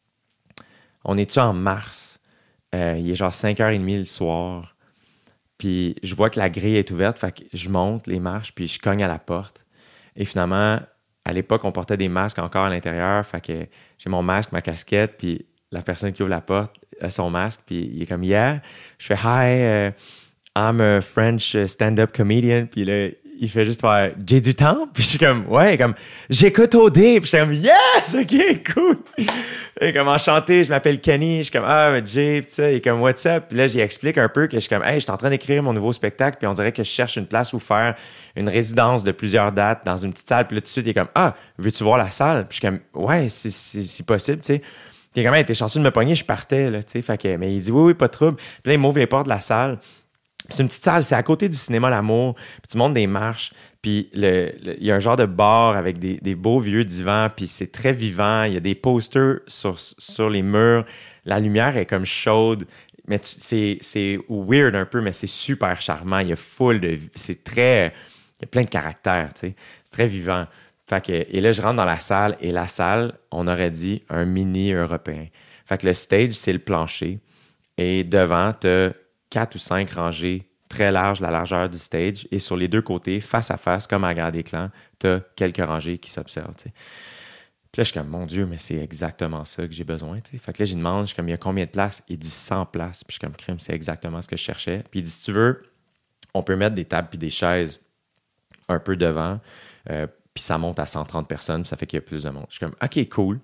On est-tu en mars? Il est genre 5h30 le soir. Puis je vois que la grille est ouverte, fait que je monte les marches, puis je cogne à la porte. Et finalement, à l'époque, on portait des masques encore à l'intérieur, fait que j'ai mon masque, ma casquette, puis la personne qui ouvre la porte a son masque, puis il est comme « Yeah ». Je fais « Hi, I'm a French stand-up comedian », puis là, il fait juste faire « J'ai du temps », puis je suis comme « Ouais », comme « J'écoute OD », puis je suis comme « Yes, ok, cool ». Et comme enchanté, je m'appelle Kenny, je suis comme « Ah, Jay », puis ça, il est comme « What's up », puis là, j'y explique un peu que je suis comme « Hey, je suis en train d'écrire mon nouveau spectacle, puis on dirait que je cherche une place où faire une résidence de plusieurs dates dans une petite salle », puis là, tout de suite, il est comme « Ah, veux-tu voir la salle », puis je suis comme « Ouais, c'est possible, tu sais ». Puis il est comme « Hey, t'es chanceux de me pogner, je partais, là, tu sais », fait que, mais il dit « Oui, pas de trouble », puis là, il m'ouvre les portes de la salle. C'est une petite salle, c'est à côté du cinéma L'Amour, puis tu montes des marches, puis il y a un genre de bar avec des beaux vieux divans, puis c'est très vivant, il y a des posters sur les murs, la lumière est comme chaude, mais c'est weird un peu, mais c'est super charmant, il y a full de... il y a plein de caractères, tu sais, c'est très vivant. Fait que, et là, je rentre dans la salle, et la salle, on aurait dit un mini européen. Fait que le stage, c'est le plancher, et devant, t'as 4 ou 5 rangées très larges, la largeur du stage, et sur les deux côtés, face à face, comme à la guerre des clans, tu as quelques rangées qui s'observent. T'sais. Puis là, je suis comme, mon Dieu, mais c'est exactement ça que j'ai besoin. T'sais. Fait que là, j'y demande, je suis comme, il y a combien de places? Il dit 100 places. Puis je suis comme, crime, c'est exactement ce que je cherchais. Puis il dit, si tu veux, on peut mettre des tables puis des chaises un peu devant, puis ça monte à 130 personnes, puis ça fait qu'il y a plus de monde. Je suis comme, OK, cool.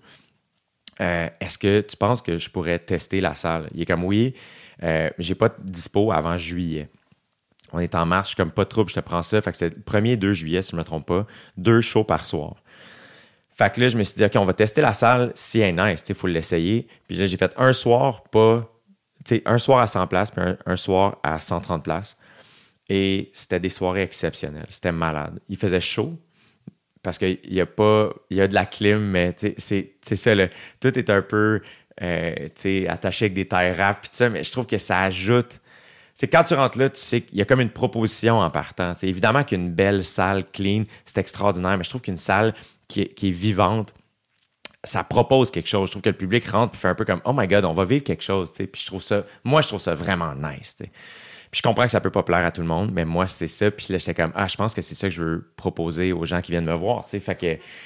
Est-ce que tu penses que je pourrais tester la salle? Il est comme, oui, j'ai pas de dispo avant juillet. On est en mars, je suis comme pas de trouble, je te prends ça. Fait que c'est le 1er et 2 juillet, si je me trompe pas. 2 shows par soir. Fait que là, je me suis dit, OK, on va tester la salle si elle est nice, il faut l'essayer. Puis là, j'ai fait un soir, un soir à 100 places, puis un soir à 130 places. Et c'était des soirées exceptionnelles. C'était malade. Il faisait chaud, parce qu'il y a de la clim, mais c'est ça, tout est un peu attaché avec des tailles rap, pis ça, mais je trouve que ça ajoute. C'est quand tu rentres là, tu sais qu'il y a comme une proposition en partant. T'sais, évidemment qu'une belle salle clean, c'est extraordinaire, mais je trouve qu'une salle qui est vivante, ça propose quelque chose. Je trouve que le public rentre et fait un peu comme « Oh my God, on va vivre quelque chose. » Puis je trouve ça vraiment nice. T'sais. Puis je comprends que ça peut pas plaire à tout le monde, mais moi, c'est ça. Puis là, j'étais comme, je pense que c'est ça que je veux proposer aux gens qui viennent me voir. T'sais. Fait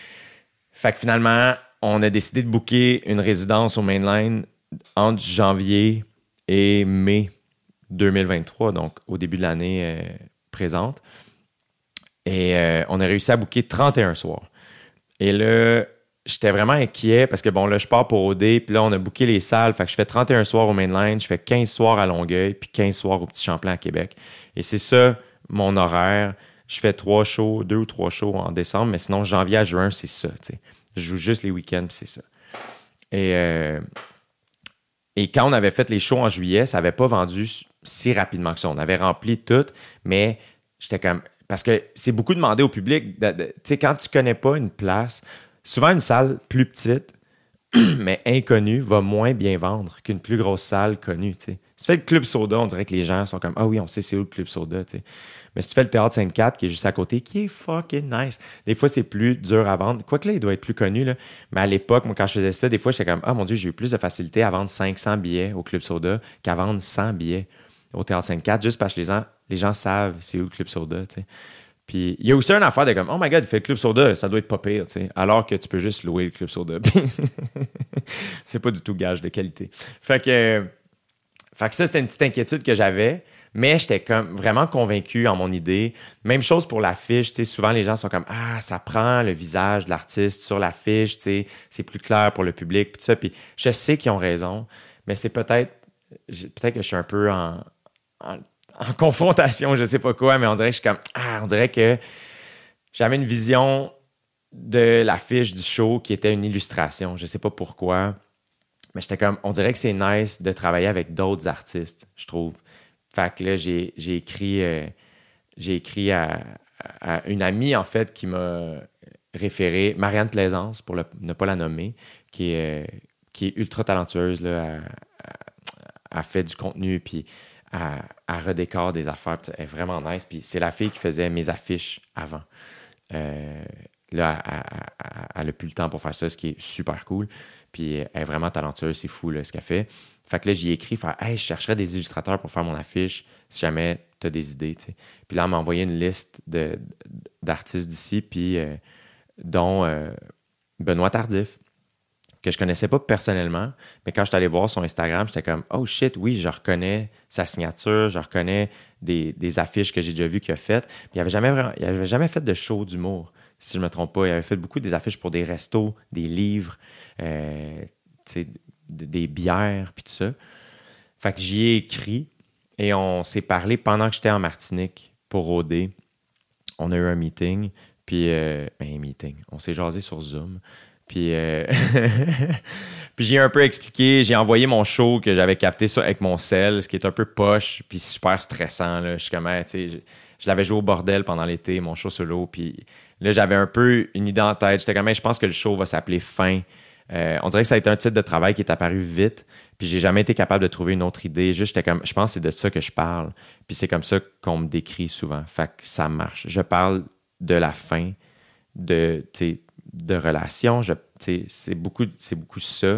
que finalement, on a décidé de booker une résidence au Mainline entre janvier et mai 2023, donc au début de l'année présente. Et on a réussi à booker 31 soirs. Et là, j'étais vraiment inquiet parce que bon, là, je pars pour OD, puis là, on a booké les salles. Fait que je fais 31 soirs au Mainline, je fais 15 soirs à Longueuil, puis 15 soirs au Petit Champlain à Québec. Et c'est ça, mon horaire. Je fais 2 ou 3 shows en décembre, mais sinon, janvier à juin, c'est ça. T'sais. Je joue juste les week-ends, puis c'est ça. Et quand on avait fait les shows en juillet, ça n'avait pas vendu si rapidement que ça. On avait rempli tout, mais j'étais comme... Parce que c'est beaucoup demandé au public. Tu sais, quand tu connais pas une place, souvent une salle plus petite, mais inconnue, va moins bien vendre qu'une plus grosse salle connue. T'sais. Si tu fais le Club Soda, on dirait que les gens sont comme « Ah oui, on sait c'est où le Club Soda. » Mais si tu fais le Théâtre Sainte-Cat, qui est juste à côté, qui est fucking nice, des fois, c'est plus dur à vendre. Quoique là, il doit être plus connu. Là. Mais à l'époque, moi, quand je faisais ça, des fois, j'étais comme « Ah mon Dieu, j'ai eu plus de facilité à vendre 500 billets au Club Soda qu'à vendre 100 billets au Théâtre Sainte-Cat, juste parce que les gens savent c'est où le Club Soda. » T'sais. Puis il y a aussi une affaire de comme « Oh my God, il fait le Club Soda, ça doit être pas pire. » Alors que tu peux juste louer le Club Soda. C'est pas du tout gage de qualité. Fait que ça, c'était une petite inquiétude que j'avais. Mais j'étais comme vraiment convaincu en mon idée. Même chose pour l'affiche. Souvent, les gens sont comme « Ah, ça prend le visage de l'artiste sur l'affiche. C'est plus clair pour le public. » Puis tout ça. Puis je sais qu'ils ont raison. Mais c'est peut-être que je suis un peu en confrontation, je sais pas quoi. Mais on dirait que je suis comme « on dirait que j'avais une vision de l'affiche du show qui était une illustration. Je sais pas pourquoi. Mais j'étais comme, on dirait que c'est nice de travailler avec d'autres artistes, je trouve. Fait que là, j'ai écrit à une amie, en fait, qui m'a référé, Marianne Plaisance, pour ne pas la nommer, qui est ultra talentueuse, là, elle fait du contenu, puis elle redécore des affaires. Elle est vraiment nice. Puis c'est la fille qui faisait mes affiches avant. Là, elle n'a plus le temps pour faire ça, ce qui est super cool. Puis elle est vraiment talentueuse, c'est fou là, ce qu'elle fait. Fait que là, j'y ai écrit, hey, je chercherais des illustrateurs pour faire mon affiche si jamais tu as des idées. T'sais. Puis là, elle m'a envoyé une liste d'artistes d'ici, puis dont Benoît Tardif, que je connaissais pas personnellement, mais quand je suis allé voir son Instagram, j'étais comme « Oh shit, oui, je reconnais sa signature, je reconnais des affiches que j'ai déjà vues qu'il a faites. » Puis il avait jamais fait de show d'humour, si je me trompe pas. Il avait fait beaucoup des affiches pour des restos, des livres, des bières, puis tout ça. Fait que j'y ai écrit et on s'est parlé pendant que j'étais en Martinique pour rôder. On a eu un meeting, puis on s'est jasé sur Zoom. Puis, puis j'ai un peu expliqué, j'ai envoyé mon show que j'avais capté ça avec mon sel, ce qui est un peu poche, puis super stressant. Là. Je suis comme, je l'avais joué au bordel pendant l'été, mon show solo, puis là, j'avais un peu une idée en tête. J'étais comme, je pense que le show va s'appeler Fin. On dirait que ça a été un titre de travail qui est apparu vite, puis j'ai jamais été capable de trouver une autre idée. Juste, j'étais comme, je pense que c'est de ça que je parle, puis c'est comme ça qu'on me décrit souvent. Fait que ça marche. Je parle de la fin, de relations. C'est beaucoup ça,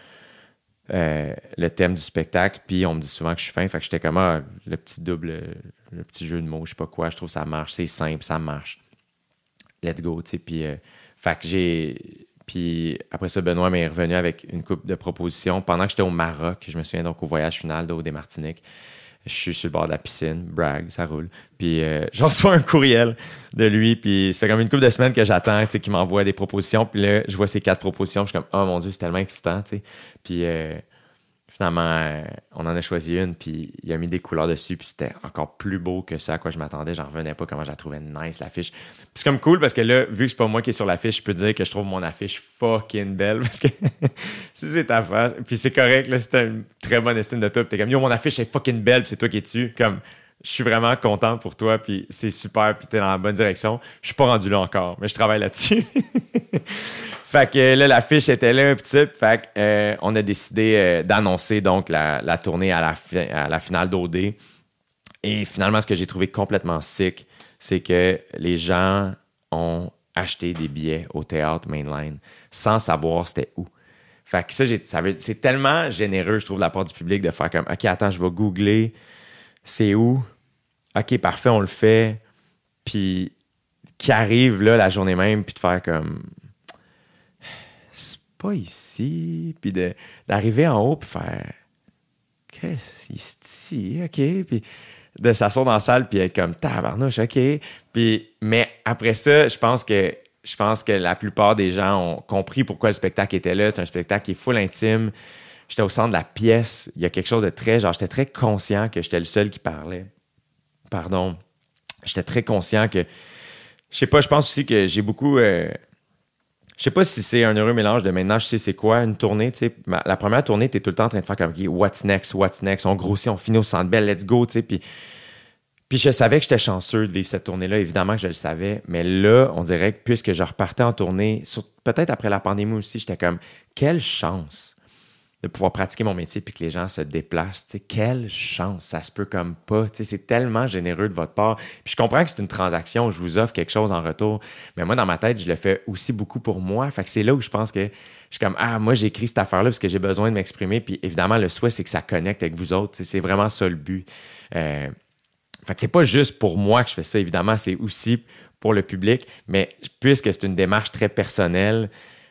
le thème du spectacle. Puis on me dit souvent que je suis fin. Fait que j'étais comme, le petit double, le petit jeu de mots, je sais pas quoi. Je trouve que ça marche. C'est simple, ça marche. Let's go, tu sais. Puis, fait que Puis après ça, Benoît m'est revenu avec une couple de propositions. Pendant que j'étais au Maroc, je me souviens donc au voyage final d'Eau des Martiniques, je suis sur le bord de la piscine, brag, ça roule. Puis j'en reçois un courriel de lui, puis ça fait comme une couple de semaines que j'attends, tu sais, qu'il m'envoie des propositions. Puis là, je vois ces 4 propositions, puis je suis comme, oh mon Dieu, c'est tellement excitant, tu sais. Puis finalement, on en a choisi une, puis il a mis des couleurs dessus, puis c'était encore plus beau que ça à quoi je m'attendais. J'en revenais pas comment je la trouvais nice, l'affiche. Puis c'est comme cool, parce que là, vu que c'est pas moi qui est sur l'affiche, je peux dire que je trouve mon affiche fucking belle, parce que si c'est ta face, puis c'est correct, là, c'était une très bonne estime de toi, puis t'es comme, yo, mon affiche est fucking belle, puis c'est toi qui es dessus, comme, je suis vraiment content pour toi, puis c'est super, puis t'es dans la bonne direction. Je suis pas rendu là encore, mais je travaille là-dessus. Fait que là, l'affiche était là, puis tout ça. Fait que, on a décidé d'annoncer donc la tournée à la finale d'OD. Et finalement, ce que j'ai trouvé complètement sick, c'est que les gens ont acheté des billets au théâtre Mainline sans savoir c'était où. Fait que c'est tellement généreux, je trouve, de la part du public de faire comme, OK, attends, je vais googler, c'est où? OK, parfait, on le fait. Puis, qui arrive là la journée même, puis de faire comme... pas ici, puis d'arriver en haut, puis faire qu'est-ce que c'est ici, OK, puis de s'asseoir dans la salle, puis être comme tabarnouche, OK, puis mais après ça, je pense que la plupart des gens ont compris pourquoi le spectacle était là. C'est un spectacle qui est full intime. J'étais au centre de la pièce, il y a quelque chose de très, j'étais très conscient que j'étais le seul qui parlait. Pardon. J'étais très conscient que, je sais pas, je pense aussi que j'ai beaucoup... je sais pas si c'est un heureux mélange de maintenant, je sais c'est quoi une tournée, tu sais. La première tournée, t'es tout le temps en train de faire comme « What's next? What's next? » On grossit, on finit au Centre Bell, let's go, tu sais. Puis je savais que j'étais chanceux de vivre cette tournée-là, évidemment que je le savais. Mais là, on dirait que puisque je repartais en tournée, peut-être après la pandémie aussi, j'étais comme « Quelle chance de pouvoir pratiquer mon métier puis que les gens se déplacent. T'sais, quelle chance, ça se peut comme pas. T'sais, c'est tellement généreux de votre part. Puis je comprends que c'est une transaction, je vous offre quelque chose en retour, mais moi, dans ma tête, je le fais aussi beaucoup pour moi. Fait que c'est là où je pense que je suis comme, moi, j'ai écrit cette affaire-là parce que j'ai besoin de m'exprimer. Puis évidemment, le souhait, c'est que ça connecte avec vous autres. T'sais, c'est vraiment ça le but. Fait que c'est pas juste pour moi que je fais ça, évidemment, c'est aussi pour le public, mais puisque c'est une démarche très personnelle,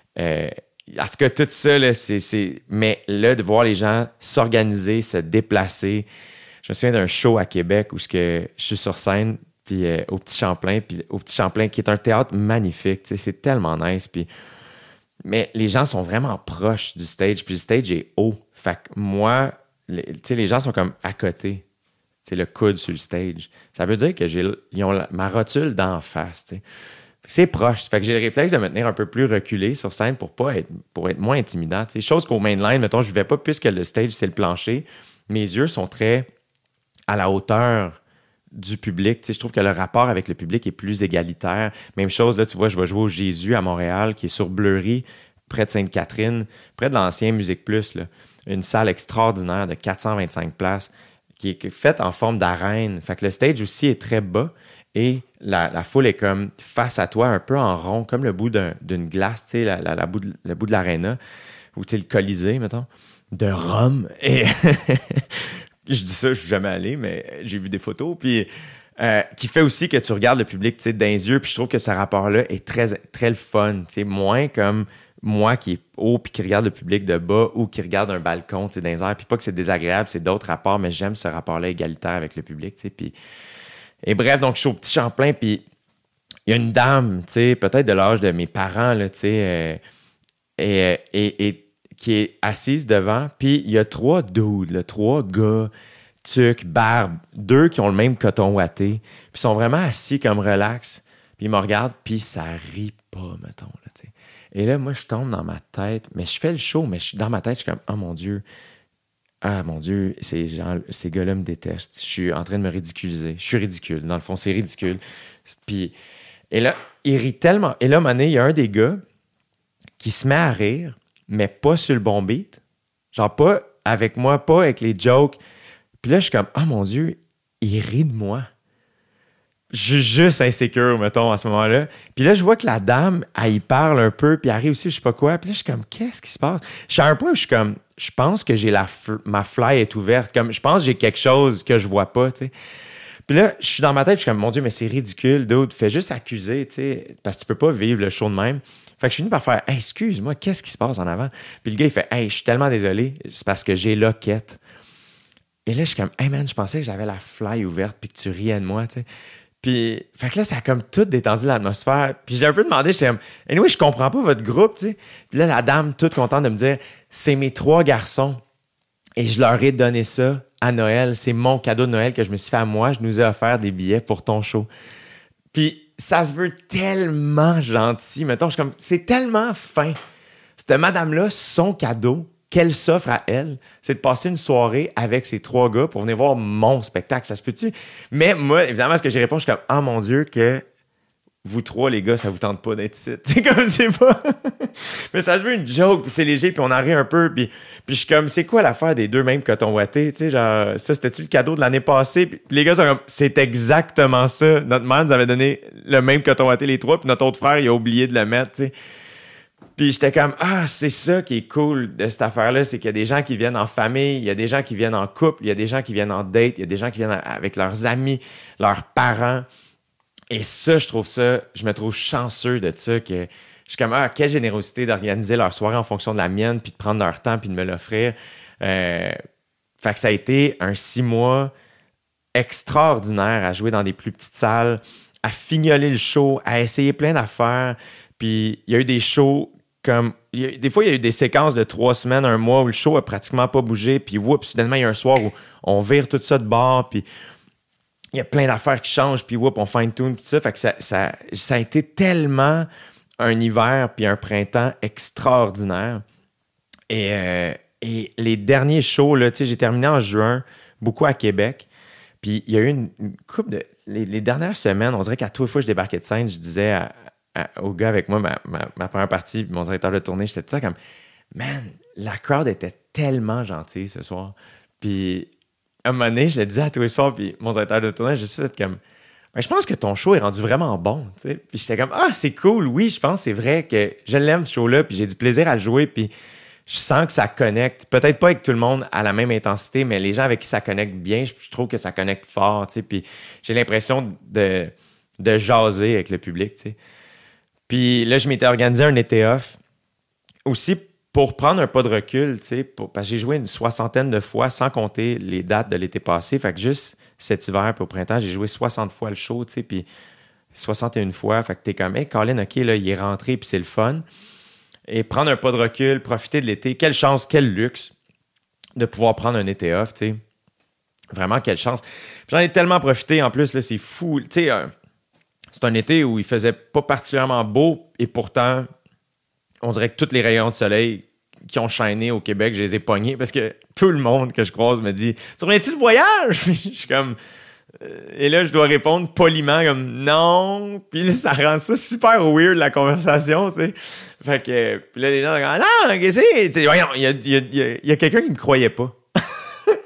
en tout cas, tout ça, là, mais là, de voir les gens s'organiser, se déplacer. Je me souviens d'un show à Québec où je suis sur scène, puis au Petit Champlain, qui est un théâtre magnifique. C'est tellement nice. Mais les gens sont vraiment proches du stage, puis le stage est haut. Fait que moi, les gens sont comme à côté. C'est le coude sur le stage. Ça veut dire qu'ils ont ma rotule d'en face, t'sais. C'est proche. Fait que j'ai le réflexe de me tenir un peu plus reculé sur scène pour être moins intimidant. T'sais. Chose qu'au mainline, mettons, je ne vais pas puisque le stage, c'est le plancher. Mes yeux sont très à la hauteur du public. T'sais, je trouve que le rapport avec le public est plus égalitaire. Même chose, là, tu vois, je vais jouer au Jésus à Montréal, qui est sur Bleury, près de Sainte-Catherine, près de l'ancien Musique Plus. Là. Une salle extraordinaire de 425 places, qui est faite en forme d'arène. Fait que le stage aussi est très bas et la foule est comme face à toi, un peu en rond, comme le bout d'une glace, tu sais, le bout de l'aréna, ou tu sais, le Colisée, mettons, de Rome. Et je dis ça, je suis jamais allé, mais j'ai vu des photos. Puis qui fait aussi que tu regardes le public, tu sais, dans les yeux. Puis je trouve que ce rapport-là est très, très le fun. Tu sais, moins comme moi qui est haut puis qui regarde le public de bas ou qui regarde un balcon, tu sais, dans les airs. Puis pas que c'est désagréable, c'est d'autres rapports, mais j'aime ce rapport-là égalitaire avec le public, tu sais. Puis... Et bref, donc je suis au Petit Champlain, puis il y a une dame, tu sais, peut-être de l'âge de mes parents, là, tu sais, et qui est assise devant, puis il y a 3 dudes, là, 3 gars, tucs, barbe, 2 qui ont le même coton ouaté, puis sont vraiment assis comme relax, puis ils me regardent, puis ça rit pas, mettons, là, tu sais. Et là, moi, je tombe dans ma tête, mais je fais le show, mais dans ma tête, je suis comme, oh mon Dieu, ces gars-là me détestent. Je suis en train de me ridiculiser. Je suis ridicule. Dans le fond, c'est ridicule. Puis, et là, il rit tellement. Et là, à un moment donné, il y a un des gars qui se met à rire, mais pas sur le bon beat. Genre, pas avec moi, pas avec les jokes. Puis là, je suis comme, oh mon Dieu, il rit de moi. Je suis juste insécure, mettons, à ce moment-là. Puis là, je vois que la dame, elle y parle un peu, puis elle rit aussi, je sais pas quoi. Puis là, je suis comme, qu'est-ce qui se passe? Je suis à un point où je suis comme, je pense que j'ai ma fly est ouverte. Comme, je pense que j'ai quelque chose que je vois pas, tu sais. Puis là, je suis dans ma tête, je suis comme, mon Dieu, mais c'est ridicule, dude. Fais juste accuser, tu sais, parce que tu peux pas vivre le show de même. Fait que je finis par faire, hey, excuse-moi, qu'est-ce qui se passe en avant? Puis le gars, il fait, hey, je suis tellement désolé, c'est parce que j'ai loquette. Et là, je suis comme, hey man, je pensais que j'avais la fly ouverte, puis que tu riais de moi, tu sais. Puis, fait que là, ça a comme tout détendu l'atmosphère. Puis j'ai un peu demandé, j'étais comme, anyway, je comprends pas votre groupe, tu sais. Puis là, la dame, toute contente de me dire, c'est mes 3 garçons. Et je leur ai donné ça à Noël. C'est mon cadeau de Noël que je me suis fait à moi. Je nous ai offert des billets pour ton show. Puis ça se veut tellement gentil. Mettons, je suis comme, c'est tellement fin. Cette madame-là, son cadeau qu'elle s'offre à elle, c'est de passer une soirée avec ces 3 gars pour venir voir mon spectacle. Ça se peut-tu? Mais moi, évidemment, ce que j'ai répondu, je suis comme, oh mon Dieu, que vous 3, les gars, ça vous tente pas d'être ici. C'est comme, c'est pas... Mais ça se veut une joke, puis c'est léger, puis on en rit un peu, puis je suis comme, c'est quoi l'affaire des 2 mêmes cotons ouatés? Tu sais, genre, ça, c'était-tu le cadeau de l'année passée? Puis les gars sont comme, c'est exactement ça. Notre mère nous avait donné le même coton ouaté, les 3, puis notre autre frère, il a oublié de le mettre, tu sais. Puis j'étais comme, c'est ça qui est cool de cette affaire-là, c'est qu'il y a des gens qui viennent en famille, il y a des gens qui viennent en couple, il y a des gens qui viennent en date, il y a des gens qui viennent avec leurs amis, leurs parents. Et ça, je me trouve chanceux de ça, que je suis comme, quelle générosité d'organiser leur soirée en fonction de la mienne, puis de prendre leur temps, puis de me l'offrir. Fait que ça a été un 6 mois extraordinaire à jouer dans des plus petites salles, à fignoler le show, à essayer plein d'affaires. Puis il y a eu des shows comme... des fois, il y a eu des séquences de 3 semaines, 1 mois où le show a pratiquement pas bougé. Puis soudainement, il y a un soir où on vire tout ça de bord. Puis il y a plein d'affaires qui changent. Puis on fine-tune, tout ça. Fait que ça a été tellement un hiver puis un printemps extraordinaire. Et les derniers shows, là, tu sais, j'ai terminé en juin, beaucoup à Québec. Puis il y a eu une couple de... Les dernières semaines, on dirait qu'à toutes les fois que je débarquais de scène, je disais au gars avec moi, ma première partie, mon directeur de tournée, j'étais tout ça comme, man, la crowd était tellement gentille ce soir. Puis, à un moment donné, je le disais à tous les soirs, puis mon directeur de tournée, je suis fait comme, je pense que ton show est rendu vraiment bon, tu sais. Puis j'étais comme, c'est cool, oui, je pense que c'est vrai que je l'aime ce show-là, puis j'ai du plaisir à le jouer, puis je sens que ça connecte. Peut-être pas avec tout le monde à la même intensité, mais les gens avec qui ça connecte bien, je trouve que ça connecte fort, tu sais. Puis j'ai l'impression de jaser avec le public, tu sais. Puis là, je m'étais organisé un été off aussi pour prendre un pas de recul, tu sais, parce que j'ai joué une 60aine de fois sans compter les dates de l'été passé. Fait que juste cet hiver puis au printemps, j'ai joué 60 fois le show, tu sais, puis 61 fois. Fait que t'es comme, hey, Colin, OK, là, il est rentré puis c'est le fun. Et prendre un pas de recul, profiter de l'été. Quelle chance, quel luxe de pouvoir prendre un été off, tu sais. Vraiment, quelle chance. Puis j'en ai tellement profité, en plus, là, c'est fou. Tu sais, c'est un été où il faisait pas particulièrement beau et pourtant, on dirait que tous les rayons de soleil qui ont shiné au Québec, je les ai pognés parce que tout le monde que je croise me dit « Tu reviens-tu de voyage? » Je suis comme... Et là, je dois répondre poliment comme « Non! » Puis là, ça rend ça super weird, la conversation, tu sais. Fait que... Puis là, les gens sont comme « Non, qu'est-ce que c'est? » Voyons, il y a quelqu'un qui me croyait pas.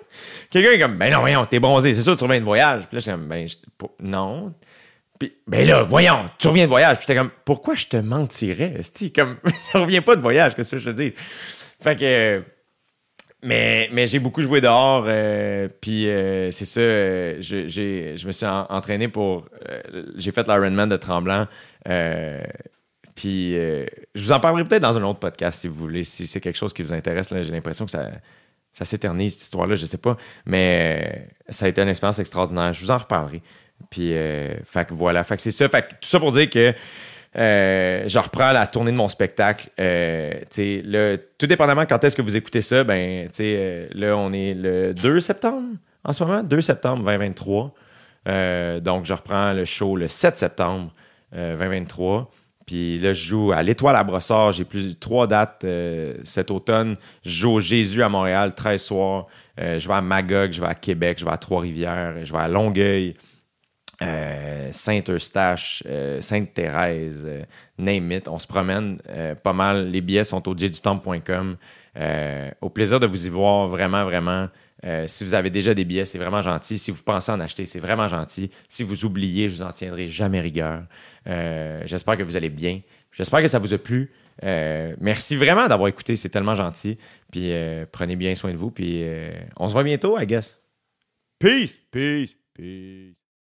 quelqu'un est comme, ben non, voyons, t'es bronzé, c'est sûr que tu reviens de voyage. Puis là, j'étais comme, non. Puis, ben là, voyons, tu reviens de voyage. Puis j'étais comme, pourquoi je te mentirais, esti? Comme, je reviens pas de voyage, qu'est-ce que je te dis? Fait que, mais j'ai beaucoup joué dehors, puis c'est ça, je me suis entraîné pour, j'ai fait l'Ironman de Tremblant, puis je vous en parlerai peut-être dans un autre podcast si vous voulez, si c'est quelque chose qui vous intéresse. Là, j'ai l'impression que ça s'éternise, cette histoire-là, je sais pas, mais ça a été une expérience extraordinaire. Je vous en reparlerai. Puis, fait que voilà. Fait que c'est ça. Fait que tout ça pour dire que je reprends la tournée de mon spectacle. Là, tout dépendamment quand est-ce que vous écoutez ça, ben, là, on est le 2 septembre en ce moment, 2 septembre 2023. Donc, je reprends le show le 7 septembre 2023. Puis là, je joue à l'Étoile à Brossard. J'ai 3 dates cet automne. Je joue au Jésus à Montréal, 13 soirs. Je vais à Magog, je vais à Québec, je vais à Trois-Rivières, je vais à Longueuil. Saint-Eustache, Sainte-Thérèse, name it, on se promène pas mal. Les billets sont au jdutemps.com. Au plaisir de vous y voir, vraiment, vraiment. Si vous avez déjà des billets, c'est vraiment gentil. Si vous pensez en acheter, c'est vraiment gentil. Si vous oubliez, je vous en tiendrai jamais rigueur. J'espère que vous allez bien. J'espère que ça vous a plu. Merci vraiment d'avoir écouté, c'est tellement gentil. Puis prenez bien soin de vous. Puis on se voit bientôt, I guess. Peace, peace, peace.